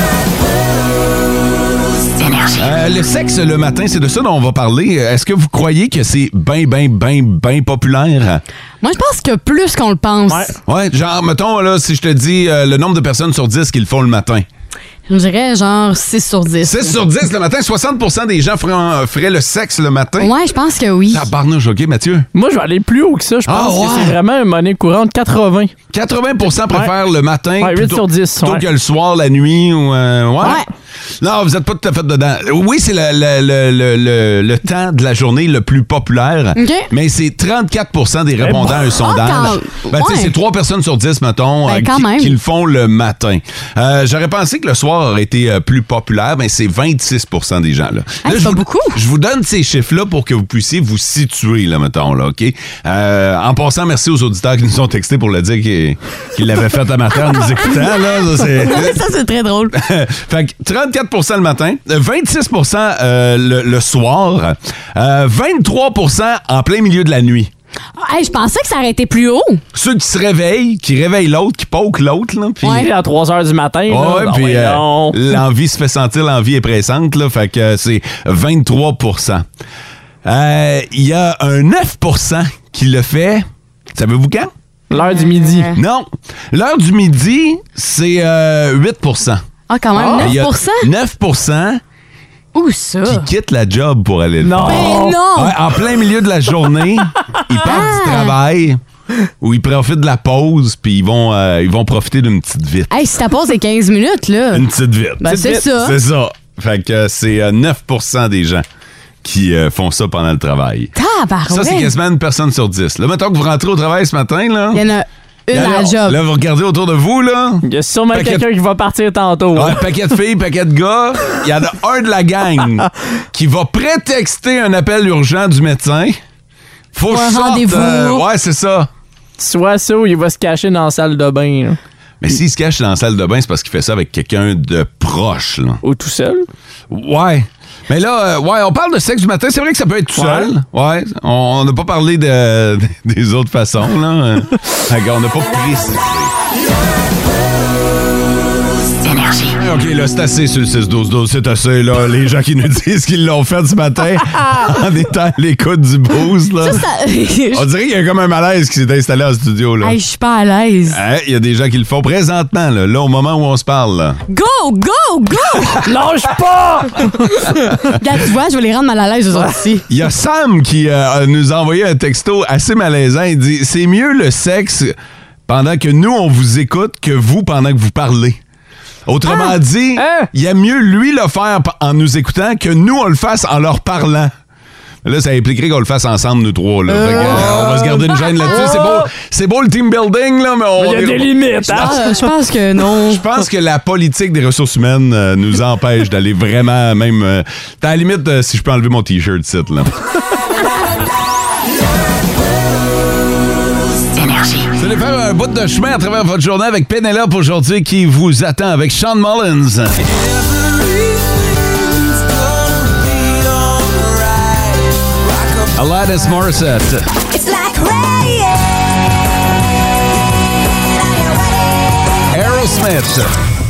Euh, le sexe le matin, c'est de ça dont on va parler. Est-ce que vous croyez que c'est bien, bien, bien, bien populaire? Moi, je pense que plus qu'on le pense. Ouais. Ouais, genre, mettons, là, si je te dis euh, le nombre de personnes sur dix qui le font le matin. Je dirais genre six sur dix. six sur dix le matin, soixante pour cent des gens feraient, feraient le sexe le matin. Ouais, je pense que oui. Tabarnouche, OK, Mathieu? Moi, je vais aller plus haut que ça. Je pense Ah, ouais. que c'est vraiment une monnaie courante. quatre-vingts. quatre-vingts pour cent préfèrent le matin Ouais, huit plutôt, sur dix, plutôt ouais. que le soir, la nuit ou... euh, ouais. Ouais. Non, vous n'êtes pas tout à fait dedans. Oui, c'est le, le, le, le, le, le temps de la journée le plus populaire, OK. mais c'est trente-quatre pour cent des répondants à un sondage. quand- Ben, tu sais, ouais. c'est trois personnes sur dix, mettons, Ben, euh, quand qui, même. qui le font le matin. Euh, J'aurais pensé que le soir aurait été euh, plus populaire, mais c'est vingt-six pour cent des gens. Là. Ah, Là, c'est je pas vous- beaucoup. Je vous donne ces chiffres-là pour que vous puissiez vous situer, là, mettons, là, OK? Euh, en passant, merci aux auditeurs qui nous ont texté pour le dire qu'ils qu'ils l'avaient fait à matin en nous écoutant, là. Ça, c'est... Ça, c'est très drôle. Fait que trente-quatre pour cent le matin, euh, vingt-six pour cent euh, le, le soir, euh, vingt-trois pour cent en plein milieu de la nuit. Hey, je pensais que ça aurait été plus haut. Ceux qui se réveillent, qui réveillent l'autre, qui poke l'autre, là, puis... Puis à trois heures du matin. Ouais, là, ouais, non, puis mais euh, non. l'envie se fait sentir, l'envie est pressante, là, fait que euh, c'est vingt-trois pour cent. Euh, Il y a un neuf pour cent qui le fait, savez-vous quand? L'heure du midi. Non, l'heure du midi, c'est euh, huit pour cent. Ah, quand même, Il y a neuf pour cent? neuf pour cent Où ça? qui quittent la job pour aller le Non. faire. Ben non! Ouais, en plein milieu de la journée, ils partent du travail ou ils profitent de la pause puis ils vont, euh, ils vont profiter d'une petite vite. Hey, si ta pause est quinze minutes, là. Une petite vite. Ben, c'est ça. C'est ça. Fait que euh, c'est euh, neuf pour cent des gens qui euh, font ça pendant le travail. Tabarouette. Ça, c'est quasiment une personne sur dix. Là, mettons que vous rentrez au travail ce matin, là. Il y en a il y une en a- à la job. Là, vous regardez autour de vous, là. Il y a sûrement Paquet- quelqu'un qui va partir tantôt. Ouais, paquet de filles, paquet de gars. Il y en a un de la gang qui va prétexter un appel urgent du médecin. Faut Pour que un je sorte, rendez-vous. euh, ouais, c'est ça. Soit ça ou il va se cacher dans la salle de bain. là. Mais s'il se cache dans la salle de bain, c'est parce qu'il fait ça avec quelqu'un de proche, là. Ou tout seul. Ouais. Mais là, euh, ouais, on parle de sexe du matin. C'est vrai que ça peut être tout Ouais. seul. Ouais. On n'a pas parlé de, des autres façons, là. Fait qu'on n'a pas précisé. Énergie. OK, là, c'est assez sur le six douze douze, c'est assez, là. Les gens qui nous disent qu'ils l'ont fait ce matin en étant à l'écoute du boost, là. Ça, ça... On dirait qu'il y a comme un malaise qui s'est installé en studio, là. Hey, je suis pas à l'aise. Hein, il y a des gens qui le font présentement, là, là au moment où on se parle, là. Go, go, go! Lâche pas! Regarde, tu vois, je vais les rendre mal à l'aise aujourd'hui. Il y a Sam qui euh, nous a envoyé un texto assez malaisant. Il dit « C'est mieux le sexe pendant que nous, on vous écoute que vous pendant que vous parlez. » Autrement Ah! dit, Hein? il aime mieux lui le faire en nous écoutant que nous, on le fasse en leur parlant. Là, ça impliquerait qu'on le fasse ensemble, nous trois. Là. Fait que, euh, on va se garder une chaîne là-dessus. C'est beau, c'est beau le team building, là, mais on... Il y a des limites, hein? Ah, je pense que non. Je pense que la politique des ressources humaines euh, nous empêche d'aller vraiment, même... Euh, à la limite, euh, si je peux enlever mon T-shirt, site, là. Vous allez faire un bout de chemin à travers votre journée avec Pénélope aujourd'hui qui vous attend avec Sean Mullins. Alanis Morissette. Aerosmith.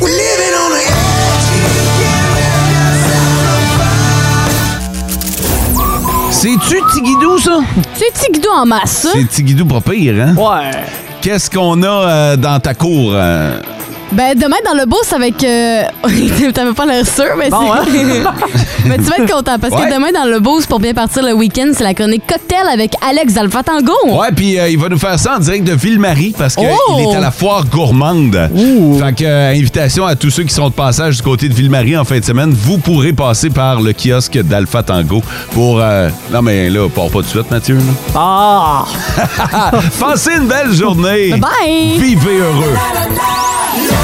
C'est-tu Tigidou, ça? C'est Tigidou en masse, ça? C'est Tigidou pas pire, hein? Ouais. Qu'est-ce qu'on a euh, dans ta cour? Euh? Ben, demain, dans le boost avec... Euh... T'avais pas l'air sûr, mais Bon, c'est... mais tu vas être content, parce Ouais. que demain, dans le boost, pour bien partir le week-end, c'est la chronique cocktail avec Alex d'Alpha Tango. Ouais, puis euh, il va nous faire ça en direct de Ville-Marie parce qu'il Oh! est à la foire gourmande. Ouh. Fait que, euh, invitation à tous ceux qui sont de passage du côté de Ville-Marie en fin de semaine. Vous pourrez passer par le kiosque d'Alpha Tango pour... euh, Non, mais là, pars pas tout de suite, Mathieu. Là. Ah! Passez une belle journée. Bye! Vivez heureux.